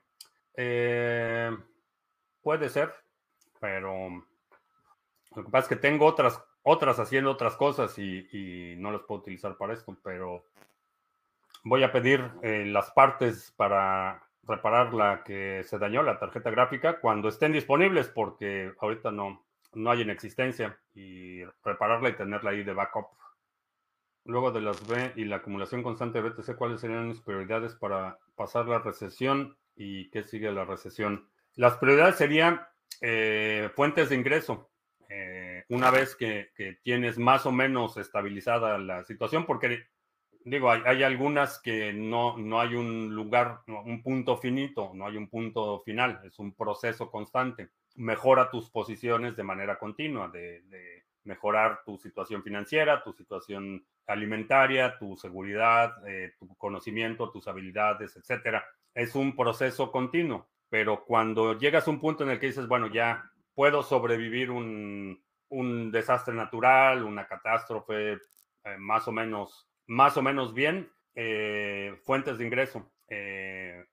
Eh, puede ser, pero lo que pasa es que tengo otras, otras haciendo otras cosas y, y no las puedo utilizar para esto, pero voy a pedir eh, las partes para reparar la que se dañó, la tarjeta gráfica, cuando estén disponibles, porque ahorita no, no hay en existencia, y repararla y tenerla ahí de backup. Luego de las B y la acumulación constante de B T C, ¿cuáles serían mis prioridades para pasar la recesión y qué sigue la recesión? Las prioridades serían eh, fuentes de ingreso. Eh, una vez que, que, tienes más o menos estabilizada la situación, porque digo, hay, hay algunas que no, no hay un lugar, un punto finito, no hay un punto final, es un proceso constante. Mejora tus posiciones de manera continua, de, de mejorar tu situación financiera, tu situación alimentaria, tu seguridad, eh, tu conocimiento, tus habilidades, etcétera. Es un proceso continuo, pero cuando llegas a un punto en el que dices, bueno, ya puedo sobrevivir un, un desastre natural, una catástrofe, eh, más o menos, más o menos bien, eh, fuentes de ingreso. Eh,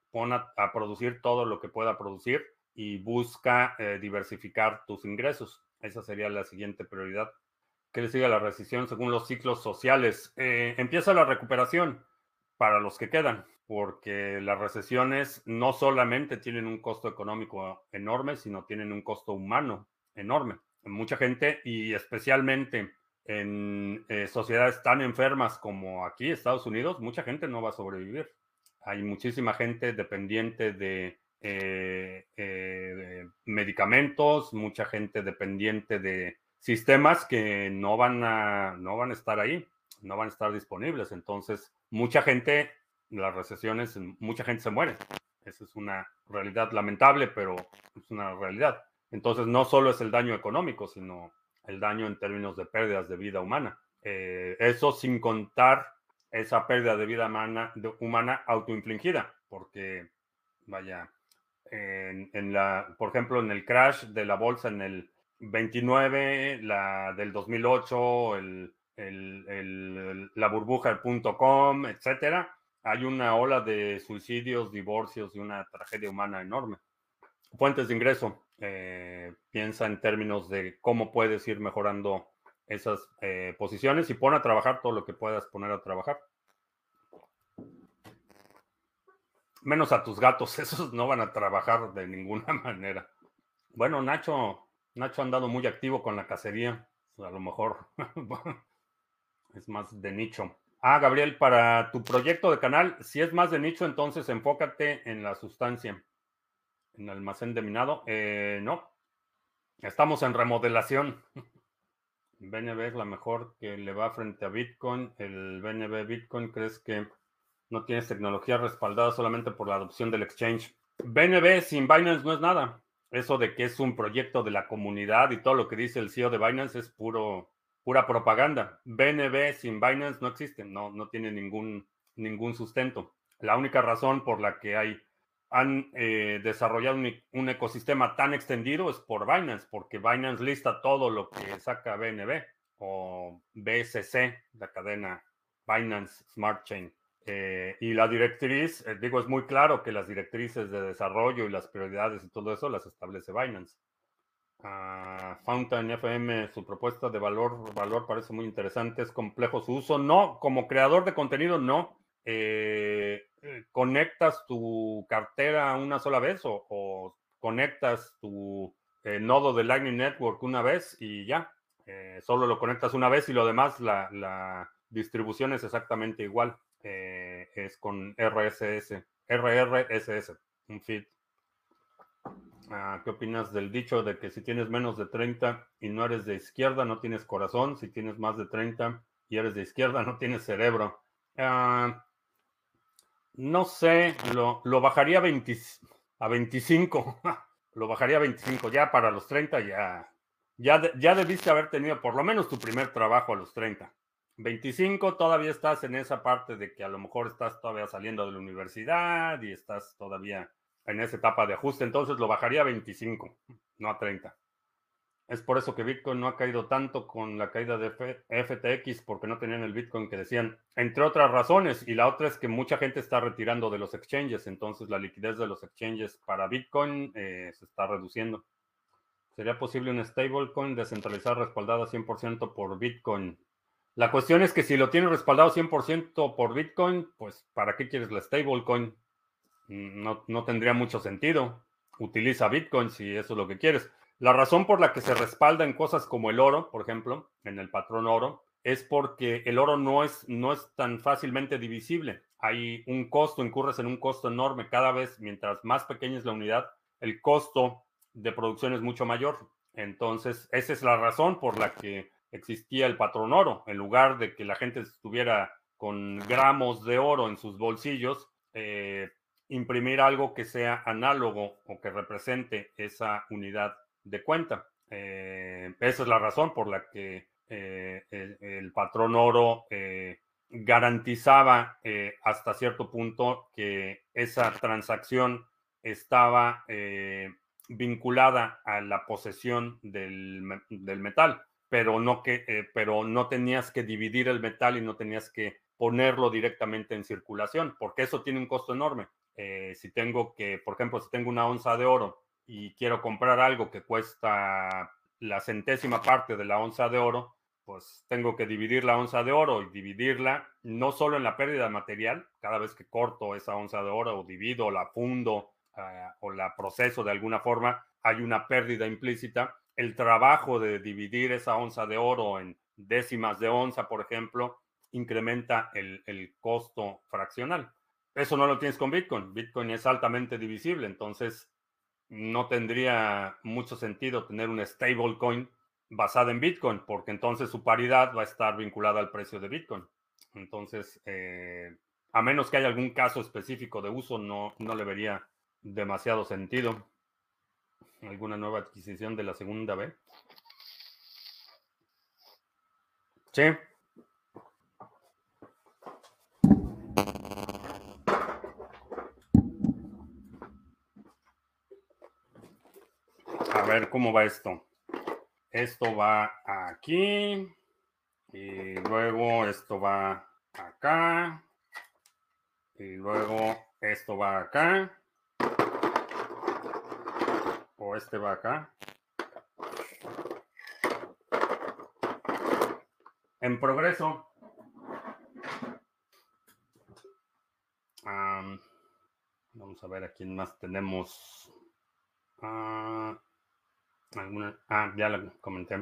pon a, a producir todo lo que pueda producir y busca eh, diversificar tus ingresos. Esa sería la siguiente prioridad. ¿Qué le sigue a la recesión según los ciclos sociales? Eh, empieza la recuperación para los que quedan, porque las recesiones no solamente tienen un costo económico enorme, sino tienen un costo humano enorme. Mucha gente, y especialmente en eh, sociedades tan enfermas como aquí, Estados Unidos, mucha gente no va a sobrevivir. Hay muchísima gente dependiente de, eh, eh, de medicamentos, mucha gente dependiente de sistemas que no van a, no van a estar ahí, no van a estar disponibles. Entonces, mucha gente, las recesiones, mucha gente se muere. Esa es una realidad lamentable, pero es una realidad. Entonces, no solo es el daño económico, sino el daño en términos de pérdidas de vida humana. Eh, eso sin contar esa pérdida de vida humana, de, humana autoinfligida, porque, vaya, en, en la, por ejemplo, en el crash de la bolsa en el veintinueve, la del dos mil ocho, el, el, el, la burbuja del punto com, etcétera, hay una ola de suicidios, divorcios y una tragedia humana enorme. Fuentes de ingreso. Eh, piensa en términos de cómo puedes ir mejorando esas eh, posiciones y pon a trabajar todo lo que puedas poner a trabajar. Menos a tus gatos, esos no van a trabajar de ninguna manera. Bueno, Nacho, Nacho ha andado muy activo con la cacería. A lo mejor es más de nicho. Ah, Gabriel, para tu proyecto de canal, si es más de nicho, entonces enfócate en la sustancia, en almacén de minado. Eh, no, estamos en remodelación. B N B es la mejor que le va frente a Bitcoin. El B N B Bitcoin, ¿crees que no tienes tecnología respaldada solamente por la adopción del exchange? B N B sin Binance no es nada. Eso de que es un proyecto de la comunidad y todo lo que dice el C E O de Binance es puro, pura propaganda. B N B sin Binance no existe, no, no tiene ningún, ningún sustento. La única razón por la que hay, han eh, desarrollado un, un ecosistema tan extendido es por Binance, porque Binance lista todo lo que saca B N B o B S C, la cadena Binance Smart Chain. Eh, y la directriz, eh, digo, es muy claro que las directrices de desarrollo y las prioridades y todo eso las establece Binance. Uh, Fountain F M, su propuesta de valor, valor parece muy interesante, es complejo su uso. No, como creador de contenido, no. Eh, eh, ¿Conectas tu cartera una sola vez o, o conectas tu eh, nodo de Lightning Network una vez y ya? Eh, solo lo conectas una vez y lo demás, la, la distribución es exactamente igual. Eh, es con R S S, R R S S, un feed. Ah, ¿qué opinas del dicho de que si tienes menos de treinta y no eres de izquierda, no tienes corazón? Si tienes más de treinta y eres de izquierda, no tienes cerebro. Ah, no sé, lo, lo bajaría a, veinte, a veinticinco. Lo bajaría a veinticinco. Ya para los treinta, ya, ya, de- ya debiste haber tenido por lo menos tu primer trabajo a los treinta. veinticinco todavía estás en esa parte de que a lo mejor estás todavía saliendo de la universidad y estás todavía en esa etapa de ajuste, entonces lo bajaría a veinticinco, no a treinta. Es por eso que Bitcoin no ha caído tanto con la caída de F T X, porque no tenían el Bitcoin que decían, entre otras razones. Y la otra es que mucha gente está retirando de los exchanges, entonces la liquidez de los exchanges para Bitcoin eh, se está reduciendo. ¿Sería posible un stablecoin descentralizado respaldado cien por ciento por Bitcoin? La cuestión es que si lo tienes respaldado cien por ciento por Bitcoin, pues ¿para qué quieres la stablecoin? No, no tendría mucho sentido. Utiliza Bitcoin si eso es lo que quieres. La razón por la que se respalda en cosas como el oro, por ejemplo, en el patrón oro, es porque el oro no es, no es tan fácilmente divisible. Hay un costo, incurres en un costo enorme. Cada vez, mientras más pequeña es la unidad, el costo de producción es mucho mayor. Entonces, esa es la razón por la que existía el patrón oro. En lugar de que la gente estuviera con gramos de oro en sus bolsillos, eh, imprimir algo que sea análogo o que represente esa unidad de cuenta. Eh, esa es la razón por la que eh, el, el, patrón oro eh, garantizaba eh, hasta cierto punto que esa transacción estaba eh, vinculada a la posesión del, del metal, pero no, que, eh, pero no tenías que dividir el metal y no tenías que ponerlo directamente en circulación, porque eso tiene un costo enorme. Eh, si tengo que, por ejemplo, si tengo una onza de oro y quiero comprar algo que cuesta la centésima parte de la onza de oro, pues tengo que dividir la onza de oro y dividirla no solo en la pérdida material, cada vez que corto esa onza de oro o divido o la fundo uh, o la proceso de alguna forma, hay una pérdida implícita. El trabajo de dividir esa onza de oro en décimas de onza, por ejemplo, incrementa el, el costo fraccional. Eso no lo tienes con Bitcoin. Bitcoin es altamente divisible, entonces no tendría mucho sentido tener una stablecoin basada en Bitcoin, porque entonces su paridad va a estar vinculada al precio de Bitcoin. Entonces, eh, a menos que haya algún caso específico de uso, no, no le vería demasiado sentido. ¿Alguna nueva adquisición de la segunda B? Sí. A ver cómo va esto. Esto va aquí. Y luego esto va acá. Y luego esto va acá. O este va acá. En progreso. Um, vamos a ver a quién más tenemos. Uh, alguna, ah, ya la comenté.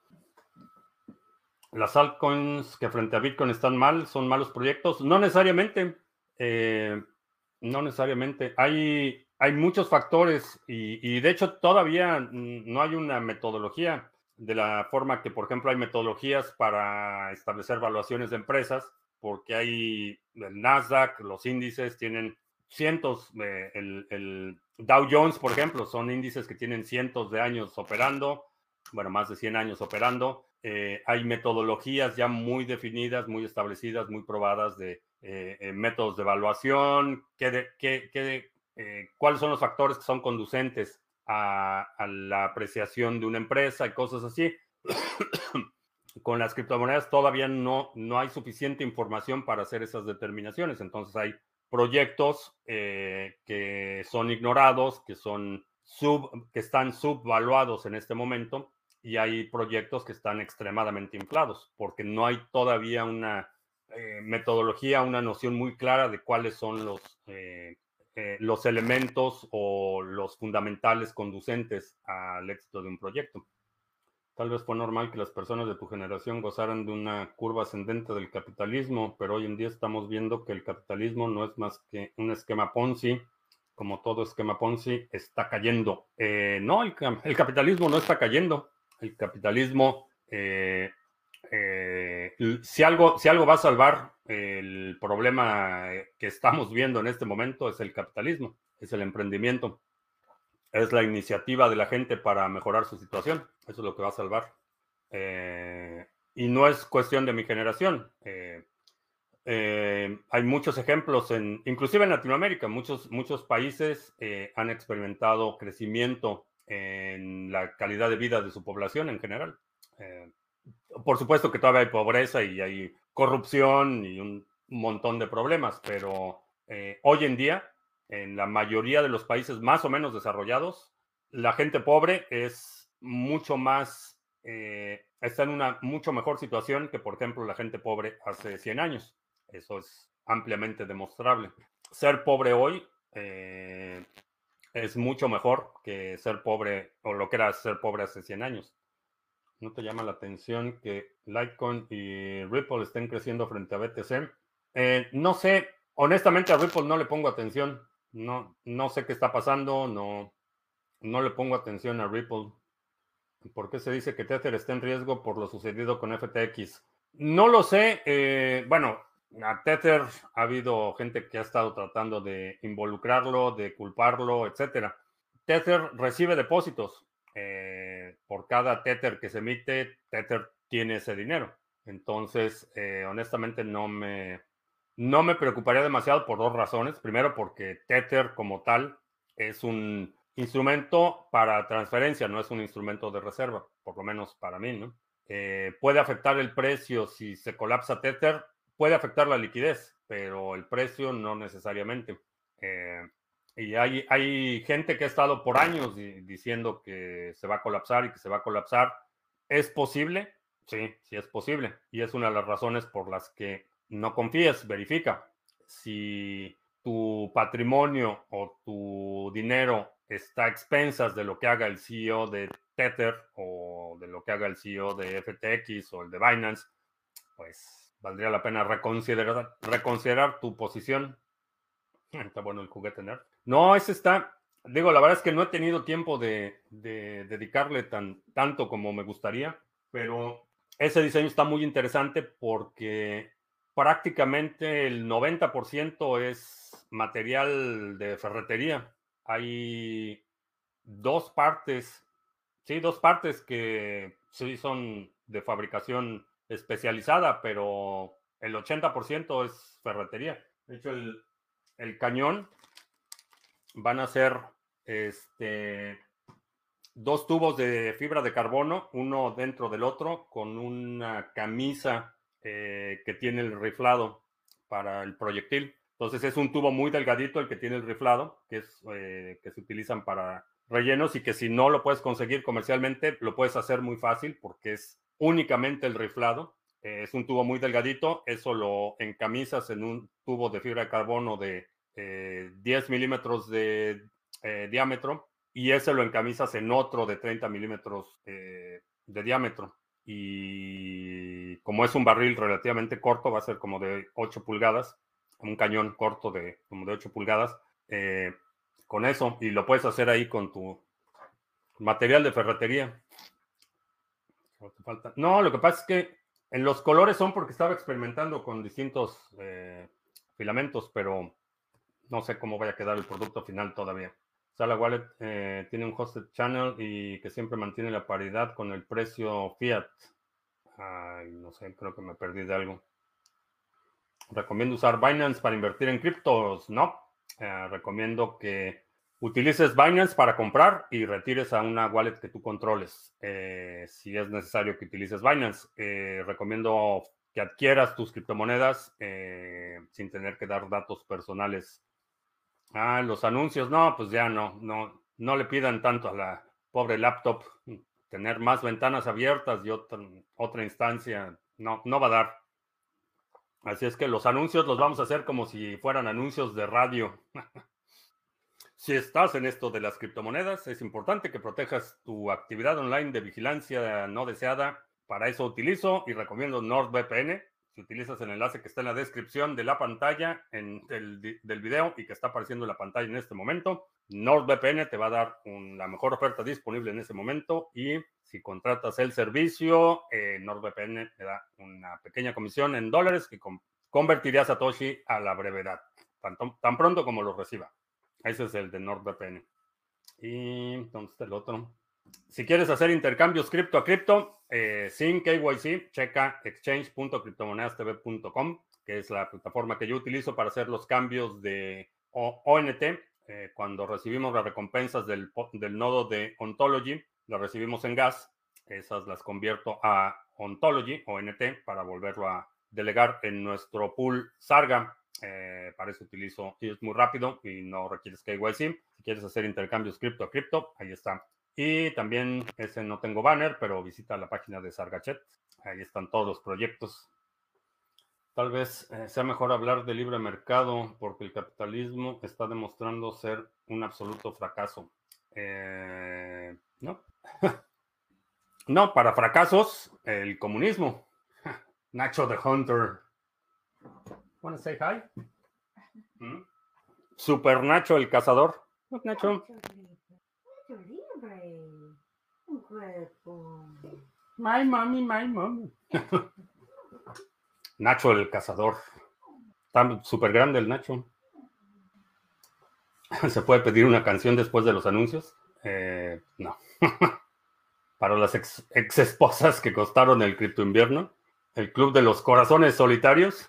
Las altcoins que frente a Bitcoin están mal, son malos proyectos. No necesariamente. Eh, no necesariamente. Hay, hay muchos factores y, y de hecho todavía no hay una metodología de la forma que, por ejemplo, hay metodologías para establecer valuaciones de empresas, porque hay el Nasdaq, los índices tienen cientos, de, el, el Dow Jones, por ejemplo, son índices que tienen cientos de años operando, bueno, más de cien años operando. Eh, hay metodologías ya muy definidas, muy establecidas, muy probadas de eh, eh, métodos de evaluación, qué de, qué, qué, eh, cuáles son los factores que son conducentes a, a la apreciación de una empresa y cosas así. Con las criptomonedas todavía no, no hay suficiente información para hacer esas determinaciones. Entonces hay proyectos eh, que son ignorados, que, son sub, que están subvaluados en este momento, y hay proyectos que están extremadamente inflados, porque no hay todavía una eh, metodología, una noción muy clara de cuáles son los, eh, eh, los elementos o los fundamentales conducentes al éxito de un proyecto. Tal vez fue normal que las personas de tu generación gozaran de una curva ascendente del capitalismo, pero hoy en día estamos viendo que el capitalismo no es más que un esquema Ponzi. Como todo esquema Ponzi, está cayendo. Eh, no, el, el, capitalismo no está cayendo. El capitalismo, eh, eh, si, algo, si algo va a salvar el problema que estamos viendo en este momento, es el capitalismo, es el emprendimiento. Es la iniciativa de la gente para mejorar su situación. Eso es lo que va a salvar. Eh, y no es cuestión de mi generación. Eh, eh, hay muchos ejemplos, en, inclusive en Latinoamérica, muchos, muchos países eh, han experimentado crecimiento en la calidad de vida de su población en general. Eh, por supuesto que todavía hay pobreza y hay corrupción y un montón de problemas, pero eh, hoy en día en la mayoría de los países más o menos desarrollados, la gente pobre es mucho más, eh, está en una mucho mejor situación que, por ejemplo, la gente pobre hace cien años. Eso es ampliamente demostrable. Ser pobre hoy eh, es mucho mejor que ser pobre, o lo que era ser pobre hace cien años. ¿No te llama la atención que Litecoin y Ripple estén creciendo frente a B T C? Eh, no sé, honestamente a Ripple no le pongo atención. No, no sé qué está pasando, no, no le pongo atención a Ripple. ¿Por qué se dice que Tether está en riesgo por lo sucedido con F T X? No lo sé. Eh, bueno, a Tether ha habido gente que ha estado tratando de involucrarlo, de culparlo, etcétera. Tether recibe depósitos. Eh, por cada Tether que se emite, Tether tiene ese dinero. Entonces, eh, honestamente, no me, no me preocuparía demasiado por dos razones. Primero, porque Tether como tal es un instrumento para transferencia, no es un instrumento de reserva, por lo menos para mí, ¿no? Eh, puede afectar el precio si se colapsa Tether, puede afectar la liquidez, pero el precio no necesariamente. Eh, y hay, hay gente que ha estado por años di- diciendo que se va a colapsar y que se va a colapsar. ¿Es posible? Sí, sí es posible. Y es una de las razones por las que no confíes, verifica. Si tu patrimonio o tu dinero está a expensas de lo que haga el C E O de Tether o de lo que haga el C E O de F T X o el de Binance, pues valdría la pena reconsiderar, reconsiderar tu posición. Está bueno el juguete nerd. No, ese está. Digo, la verdad es que no he tenido tiempo de, de dedicarle tan, tanto como me gustaría, pero ese diseño está muy interesante porque prácticamente el noventa por ciento es material de ferretería. Hay dos partes, sí, dos partes que sí son de fabricación especializada, pero el ochenta por ciento es ferretería. De hecho, el, el cañón van a ser este, dos tubos de fibra de carbono, uno dentro del otro, con una camisa eh, que tiene el riflado para el proyectil. Entonces es un tubo muy delgadito el que tiene el riflado, que, es, eh, que se utilizan para rellenos y que si no lo puedes conseguir comercialmente, lo puedes hacer muy fácil porque es únicamente el riflado. Eh, es un tubo muy delgadito, eso lo encamisas en un tubo de fibra de carbono de eh, diez milímetros de eh, diámetro y ese lo encamisas en otro de treinta milímetros eh, de diámetro. Y como es un barril relativamente corto, va a ser como de ocho pulgadas, un cañón corto de como de ocho pulgadas, eh, con eso, y lo puedes hacer ahí con tu material de ferretería. No, lo que pasa es que en los colores son porque estaba experimentando con distintos eh, filamentos, pero no sé cómo vaya a quedar el producto final todavía. Sala Wallet eh, tiene un hosted channel y que siempre mantiene la paridad con el precio fiat. Ay, no sé, creo que me perdí de algo. Recomiendo usar Binance para invertir en criptos. No. Eh, recomiendo que utilices Binance para comprar y retires a una wallet que tú controles. Eh, si es necesario que utilices Binance. Eh, recomiendo que adquieras tus criptomonedas eh, sin tener que dar datos personales. Ah, los anuncios, no, pues ya no, no, no le pidan tanto a la pobre laptop. Tener más ventanas abiertas y otra, otra instancia, no, no va a dar. Así es que los anuncios los vamos a hacer como si fueran anuncios de radio. Si estás en esto de las criptomonedas, es importante que protejas tu actividad online de vigilancia no deseada. Para eso utilizo y recomiendo NordVPN. Si utilizas el enlace que está en la descripción de la pantalla en el, del video y que está apareciendo en la pantalla en este momento, NordVPN te va a dar un, la mejor oferta disponible en ese momento y si contratas el servicio, eh, NordVPN te da una pequeña comisión en dólares que con, convertiría a Satoshi a la brevedad, tan, tan pronto como lo reciba. Ese es el de NordVPN. Y ¿dónde está el otro? Si quieres hacer intercambios cripto a cripto, eh, sin K Y C, checa exchange punto criptomonedas t v punto com, que es la plataforma que yo utilizo para hacer los cambios de O N T. Eh, cuando recibimos las recompensas del, del nodo de Ontology, las recibimos en gas. Esas las convierto a Ontology, O N T, para volverlo a delegar en nuestro pool Sarga. Eh, para eso utilizo, y es muy rápido y no requieres K Y C. Si quieres hacer intercambios cripto a cripto, ahí está. Y también ese no tengo banner, pero visita la página de Sargachet. Ahí están todos los proyectos. Tal vez eh, sea mejor hablar de libre mercado porque el capitalismo está demostrando ser un absoluto fracaso. Eh, no. No, para fracasos, el comunismo. Nacho the Hunter. ¿Wanna say hi? ¿Mm? Super Nacho el cazador. Look, Nacho. My mommy, my mommy. Nacho el cazador. Está súper grande el Nacho. ¿Se puede pedir una canción después de los anuncios? Eh, no. Para las ex, ex esposas que costaron el cripto invierno. El club de los corazones solitarios.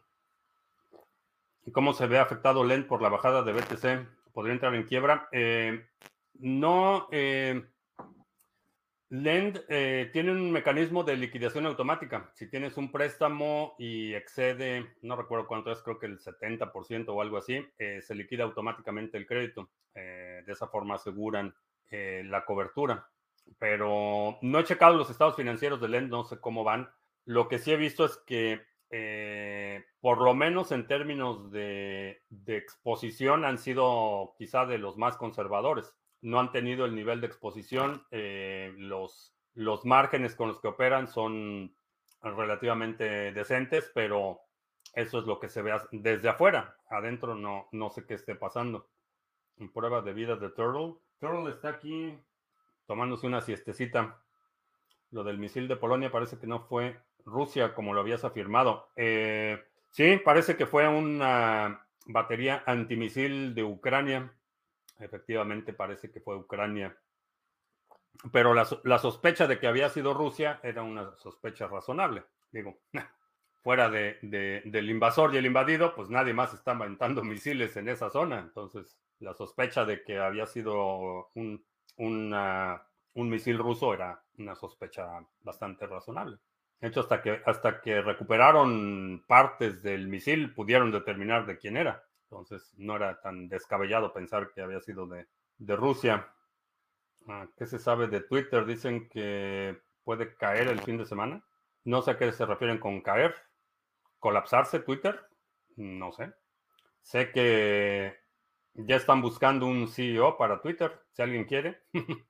¿Y cómo se ve afectado L E N por la bajada de B T C? ¿Podría entrar en quiebra? Eh, no. Eh, Lend eh, tiene un mecanismo de liquidación automática. Si tienes un préstamo y excede, no recuerdo cuánto es, creo que el setenta por ciento o algo así, eh, se liquida automáticamente el crédito. Eh, de esa forma aseguran eh, la cobertura. Pero no he checado los estados financieros de Lend, no sé cómo van. Lo que sí he visto es que, eh, por lo menos en términos de, de exposición, han sido quizá de los más conservadores. No han tenido el nivel de exposición. Eh, los, los márgenes con los que operan son relativamente decentes, pero eso es lo que se ve desde afuera. Adentro no, no sé qué esté pasando. En prueba de vida de Turtle. Turtle está aquí tomándose una siestecita. Lo del misil de Polonia parece que no fue Rusia como lo habías afirmado. Eh, sí, parece que fue una batería antimisil de Ucrania. Efectivamente, parece que fue Ucrania. Pero la, la, sospecha de que había sido Rusia era una sospecha razonable. Digo, fuera de, de, del invasor y el invadido, pues nadie más está aventando misiles en esa zona. Entonces, la sospecha de que había sido un, una, un misil ruso era una sospecha bastante razonable. De hecho, hasta que, hasta que recuperaron partes del misil, pudieron determinar de quién era. Entonces, no era tan descabellado pensar que había sido de, de Rusia. Ah, ¿qué se sabe de Twitter? Dicen que puede caer el fin de semana. No sé a qué se refieren con caer. ¿Colapsarse Twitter? No sé. Sé que ya están buscando un C E O para Twitter, si alguien quiere.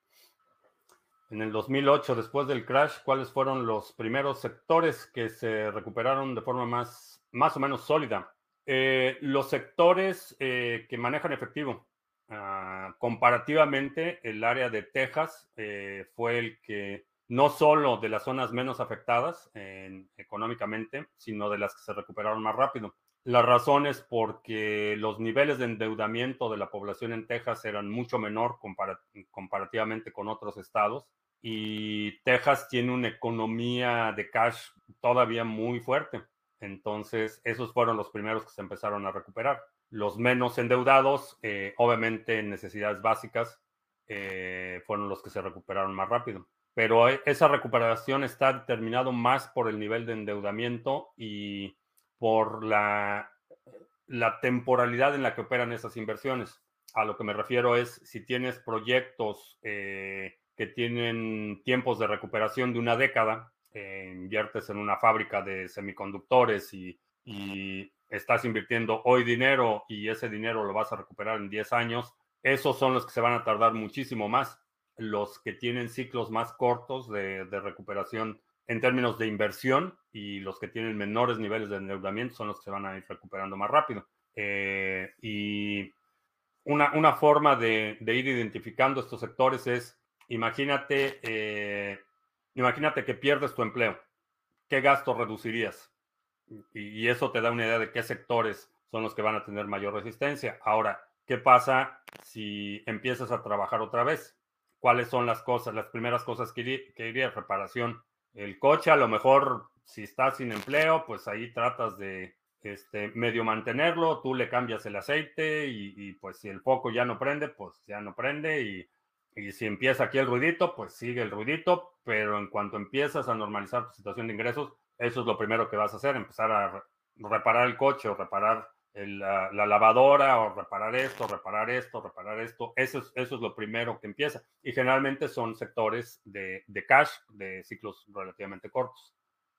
En el dos mil ocho, después del crash, ¿cuáles fueron los primeros sectores que se recuperaron de forma más, más o menos sólida? Eh, los sectores eh, que manejan efectivo. Uh, comparativamente, el área de Texas eh, fue el que no solo de las zonas menos afectadas eh, económicamente, sino de las que se recuperaron más rápido. La razón es porque los niveles de endeudamiento de la población en Texas eran mucho menor compara comparativamente con otros estados y Texas tiene una economía de cash todavía muy fuerte. Entonces, esos fueron los primeros que se empezaron a recuperar. Los menos endeudados, eh, obviamente en necesidades básicas, eh, fueron los que se recuperaron más rápido. Pero esa recuperación está determinado más por el nivel de endeudamiento y por la, la temporalidad en la que operan esas inversiones. A lo que me refiero es, si tienes proyectos eh, que tienen tiempos de recuperación de una década, eh, inviertes en una fábrica de semiconductores y, y estás invirtiendo hoy dinero y ese dinero lo vas a recuperar en diez años, esos son los que se van a tardar muchísimo más. Los que tienen ciclos más cortos de, de recuperación en términos de inversión y los que tienen menores niveles de endeudamiento son los que se van a ir recuperando más rápido. Eh, y una, una forma de, de, ir identificando estos sectores es, imagínate, eh, imagínate que pierdes tu empleo. ¿Qué gastos reducirías? Y, y eso te da una idea de qué sectores son los que van a tener mayor resistencia. Ahora, ¿qué pasa si empiezas a trabajar otra vez? ¿Cuáles son las cosas, las primeras cosas que iría, que iría? Reparación. El coche, a lo mejor, si estás sin empleo, pues ahí tratas de este, medio mantenerlo, tú le cambias el aceite y, y, pues si el foco ya no prende, pues ya no prende y, y si empieza aquí el ruidito, pues sigue el ruidito, pero en cuanto empiezas a normalizar tu situación de ingresos, eso es lo primero que vas a hacer, empezar a reparar el coche o reparar el, la, la, lavadora o reparar esto, reparar esto, reparar esto. Eso es, eso es lo primero que empieza. Y generalmente son sectores de, de cash, de ciclos relativamente cortos.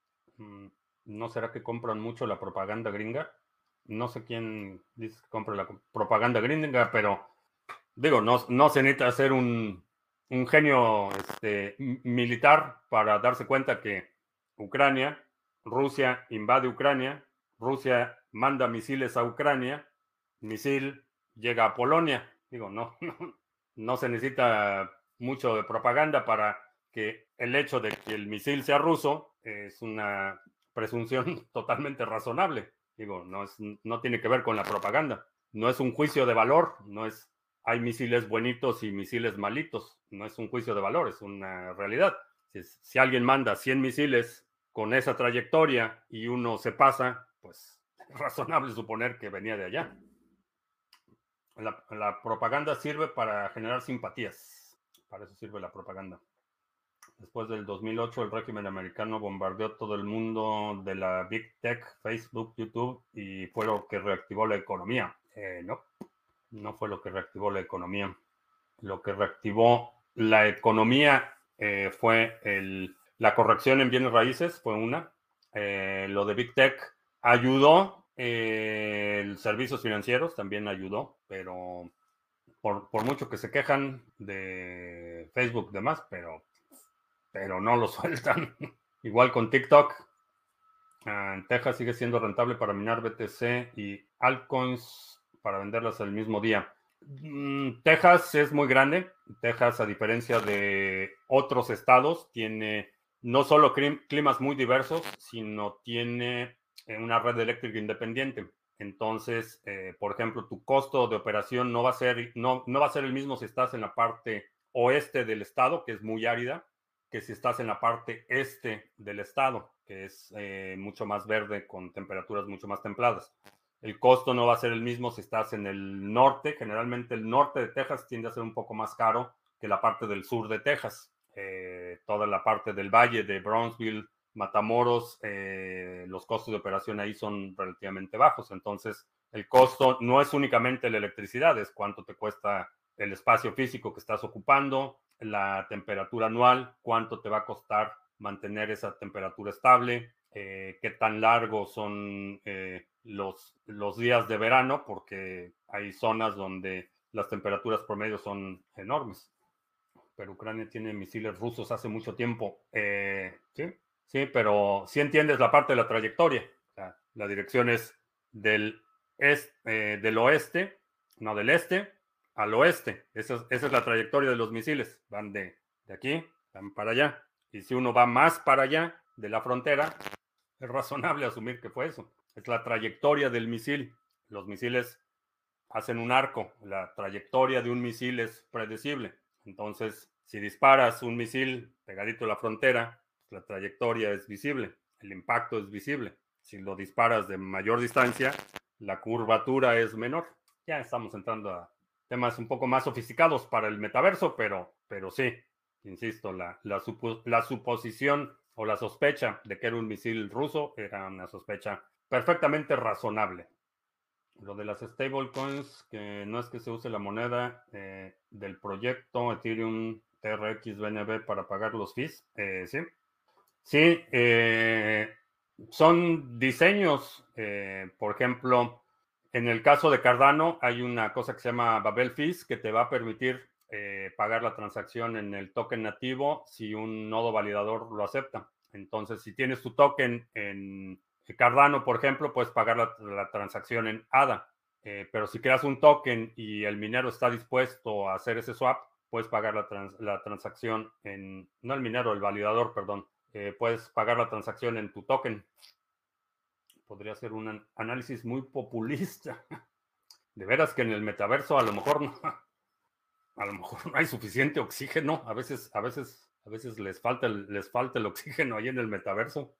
¿No será que compran mucho la propaganda gringa? No sé quién dice que compra la propaganda gringa, pero digo, no, no se necesita ser un, un genio este, militar para darse cuenta que Ucrania, Rusia invade Ucrania, Rusia manda misiles a Ucrania, misil llega a Polonia. Digo, no, no, no se necesita mucho de propaganda para que el hecho de que el misil sea ruso es una presunción totalmente razonable. Digo, no, es, no tiene que ver con la propaganda. No es un juicio de valor, no es hay misiles buenitos y misiles malitos. No es un juicio de valor, es una realidad. Si, si alguien manda cien misiles con esa trayectoria y uno se pasa, pues es razonable suponer que venía de allá. La, la propaganda sirve para generar simpatías. Para eso sirve la propaganda. Después del dos mil ocho, el régimen americano bombardeó todo el mundo de la Big Tech, Facebook, YouTube, y fue lo que reactivó la economía. Eh, no, no fue lo que reactivó la economía. Lo que reactivó la economía eh, fue el, la corrección en bienes raíces, fue una. Eh, lo de Big Tech ayudó. Eh, el servicios financieros también ayudó, pero por, por mucho que se quejan de Facebook y demás, pero pero no lo sueltan. Igual con TikTok. Ah, en Texas sigue siendo rentable para minar B T C y altcoins para venderlas el mismo día. Mm, Texas es muy grande. Texas, a diferencia de otros estados, tiene no solo clim- climas muy diversos, sino tiene eh, una red eléctrica independiente. Entonces, eh, por ejemplo, tu costo de operación no va a ser, no, no va a ser el mismo si estás en la parte oeste del estado, que es muy árida, que si estás en la parte este del estado, que es eh, mucho más verde con temperaturas mucho más templadas. El costo no va a ser el mismo si estás en el norte. Generalmente el norte de Texas tiende a ser un poco más caro que la parte del sur de Texas. Eh, toda la parte del valle de Brownsville, Matamoros, eh, los costos de operación ahí son relativamente bajos. Entonces, el costo no es únicamente la electricidad, es cuánto te cuesta el espacio físico que estás ocupando, la temperatura anual, cuánto te va a costar mantener esa temperatura estable, eh, qué tan largos son eh, los, los días de verano, porque hay zonas donde las temperaturas promedio son enormes. Pero Ucrania tiene misiles rusos hace mucho tiempo. Eh, sí, sí, pero sí entiendes la parte de la trayectoria. O sea, la dirección es del, est, eh, del oeste, no del este, al oeste. Esa es, esa es la trayectoria de los misiles. Van de, de aquí, van para allá. Y si uno va más para allá de la frontera, es razonable asumir que fue eso. Es la trayectoria del misil. Los misiles hacen un arco. La trayectoria de un misil es predecible. Entonces, si disparas un misil pegadito a la frontera, la trayectoria es visible, el impacto es visible. Si lo disparas de mayor distancia, la curvatura es menor. Ya estamos entrando a temas un poco más sofisticados para el metaverso, pero, pero sí, insisto, la, la, supo, la suposición o la sospecha de que era un misil ruso era una sospecha perfectamente razonable. Lo de las stablecoins, que no es que se use la moneda eh, del proyecto Ethereum T R X B N B para pagar los fees. Eh, sí, sí, eh, son diseños. Eh, por ejemplo, en el caso de Cardano hay una cosa que se llama Babel Fees que te va a permitir eh, pagar la transacción en el token nativo si un nodo validador lo acepta. Entonces, si tienes tu token en Cardano, por ejemplo, puedes pagar la, la transacción en A D A. Eh, pero si creas un token y el minero está dispuesto a hacer ese swap, puedes pagar la, trans, la transacción en, no el minero, el validador, perdón, eh, puedes pagar la transacción en tu token. Podría ser un análisis muy populista. De veras que en el metaverso a lo mejor no, a lo mejor no hay suficiente oxígeno. A veces, a veces, a veces les falta el, les falta el oxígeno ahí en el metaverso.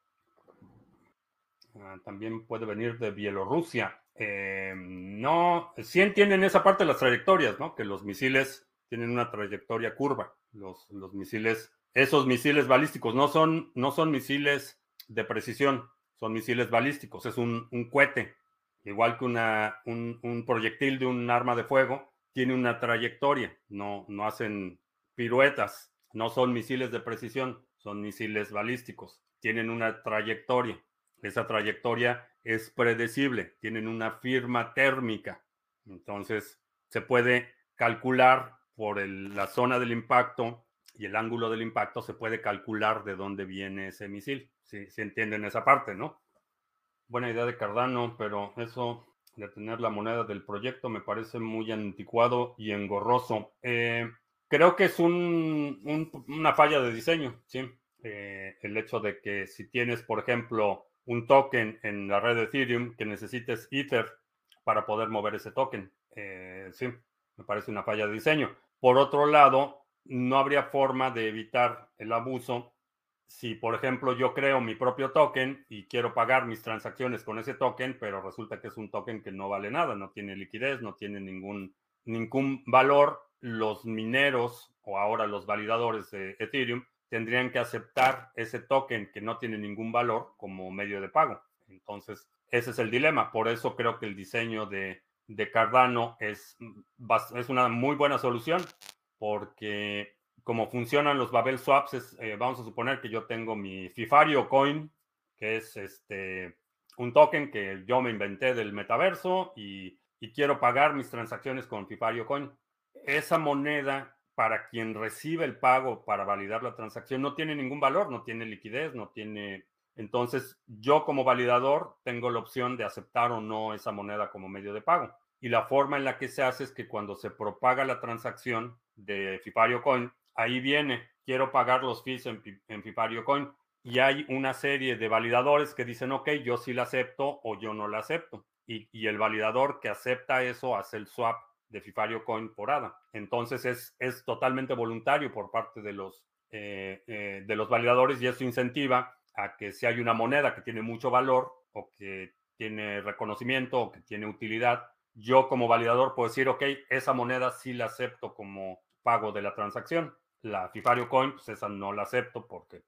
Uh, también puede venir de Bielorrusia. Eh, no, sí entienden esa parte de las trayectorias, ¿no? Que los misiles tienen una trayectoria curva. Los, los misiles, esos misiles balísticos no son, no son misiles de precisión, son misiles balísticos, es un, un cohete. Igual que una, un, un proyectil de un arma de fuego, tiene una trayectoria, no, no hacen piruetas, no son misiles de precisión, son misiles balísticos, tienen una trayectoria. Esa trayectoria es predecible, tienen una firma térmica. Entonces, se puede calcular por el, la zona del impacto y el ángulo del impacto, se puede calcular de dónde viene ese misil. Si sí, entienden esa parte, ¿no? Buena idea de Cardano, pero eso de tener la moneda del proyecto me parece muy anticuado y engorroso. Eh, creo que es un, un, una falla de diseño, ¿sí? Eh, el hecho de que si tienes, por ejemplo, un token en la red de Ethereum, que necesites Ether para poder mover ese token. Eh, sí, me parece una falla de diseño. Por otro lado, no habría forma de evitar el abuso si, por ejemplo, yo creo mi propio token y quiero pagar mis transacciones con ese token, pero resulta que es un token que no vale nada, no tiene liquidez, no tiene ningún, ningún valor, los mineros o ahora los validadores de Ethereum tendrían que aceptar ese token que no tiene ningún valor como medio de pago. Entonces, ese es el dilema. Por eso creo que el diseño de, de Cardano es, es una muy buena solución, porque como funcionan los Babel Swaps, es, eh, vamos a suponer que yo tengo mi Fifario Coin, que es este, un token que yo me inventé del metaverso y, y quiero pagar mis transacciones con Fifario Coin. Esa moneda, para quien recibe el pago para validar la transacción, no tiene ningún valor, no tiene liquidez, no tiene... Entonces, yo como validador tengo la opción de aceptar o no esa moneda como medio de pago. Y la forma en la que se hace es que cuando se propaga la transacción de Fifario Coin, ahí viene, quiero pagar los fees en, en Fifario Coin. Y hay una serie de validadores que dicen, ok, yo sí la acepto o yo no la acepto. Y, y el validador que acepta eso hace el swap de Fifario Coin por A D A. Entonces es, es totalmente voluntario por parte de los, eh, eh, de los validadores y eso incentiva a que si hay una moneda que tiene mucho valor o que tiene reconocimiento o que tiene utilidad, yo como validador puedo decir, ok, esa moneda sí la acepto como pago de la transacción. La Fifario Coin, pues esa no la acepto porque,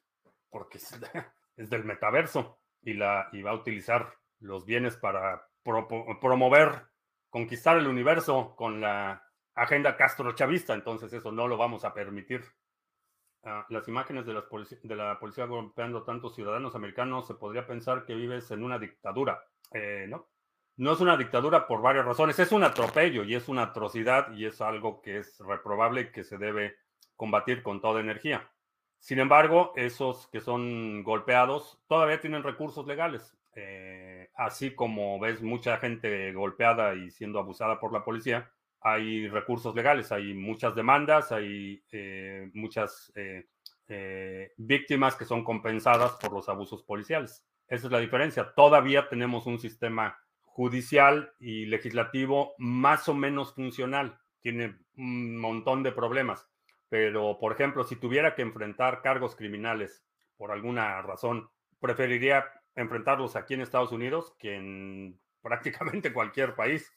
porque es, es del metaverso y, la, y va a utilizar los bienes para pro, promover conquistar el universo con la agenda castrochavista, entonces eso no lo vamos a permitir. Uh, las imágenes de, las de la policía golpeando tantos ciudadanos americanos, se podría pensar que vives en una dictadura. Eh, no, no es una dictadura por varias razones, es un atropello y es una atrocidad y es algo que es reprobable y que se debe combatir con toda energía. Sin embargo, esos que son golpeados todavía tienen recursos legales. Eh, así como ves mucha gente golpeada y siendo abusada por la policía, hay recursos legales, hay muchas demandas, hay eh, muchas eh, eh, víctimas que son compensadas por los abusos policiales. Esa es la diferencia. Todavía tenemos un sistema judicial y legislativo más o menos funcional. Tiene un montón de problemas. Pero, por ejemplo, si tuviera que enfrentar cargos criminales por alguna razón, preferiría enfrentarlos aquí en Estados Unidos que en prácticamente cualquier país,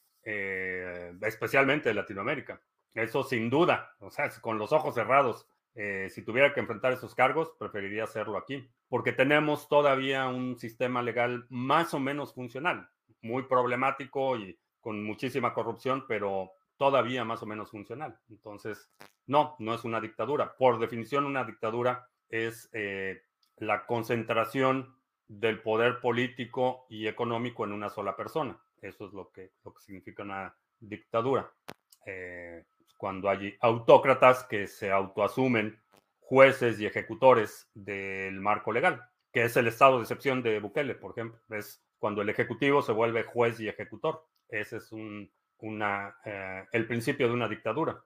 eh, especialmente en Latinoamérica. Eso sin duda, o sea, con los ojos cerrados, eh, si tuviera que enfrentar esos cargos, preferiría hacerlo aquí, porque tenemos todavía un sistema legal más o menos funcional, muy problemático y con muchísima corrupción, pero todavía más o menos funcional. Entonces, no, no es una dictadura. Por definición, una dictadura es eh, la concentración del poder político y económico en una sola persona. Eso es lo que, lo que significa una dictadura. Eh, cuando hay autócratas que se autoasumen jueces y ejecutores del marco legal, que es el estado de excepción de Bukele, por ejemplo. Es cuando el ejecutivo se vuelve juez y ejecutor. Ese es un, una, eh, el principio de una dictadura.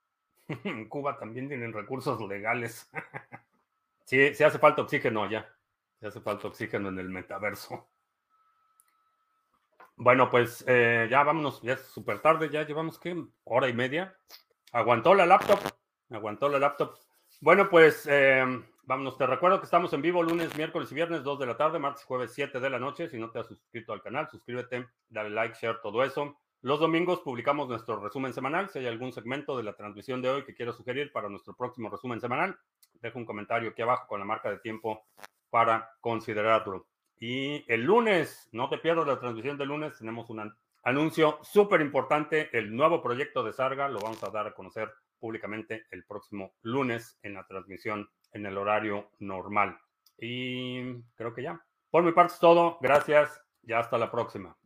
En Cuba también tienen recursos legales. Sí, sí hace falta oxígeno ya. Sí hace falta oxígeno en el metaverso. Bueno, pues eh, ya vámonos, ya es súper tarde, ya llevamos, ¿qué? Hora y media. Aguantó la laptop, aguantó la laptop. Bueno, pues eh, vámonos, te recuerdo que estamos en vivo lunes, miércoles y viernes, dos de la tarde, martes y jueves, siete de la noche. Si no te has suscrito al canal, suscríbete, dale like, share, todo eso. Los domingos publicamos nuestro resumen semanal. Si hay algún segmento de la transmisión de hoy que quieras sugerir para nuestro próximo resumen semanal, deja un comentario aquí abajo con la marca de tiempo para considerarlo. Y el lunes, no te pierdas la transmisión del lunes, tenemos un anuncio súper importante, el nuevo proyecto de Sarga, lo vamos a dar a conocer públicamente el próximo lunes en la transmisión en el horario normal. Y creo que ya. Por mi parte es todo, gracias, ya hasta la próxima.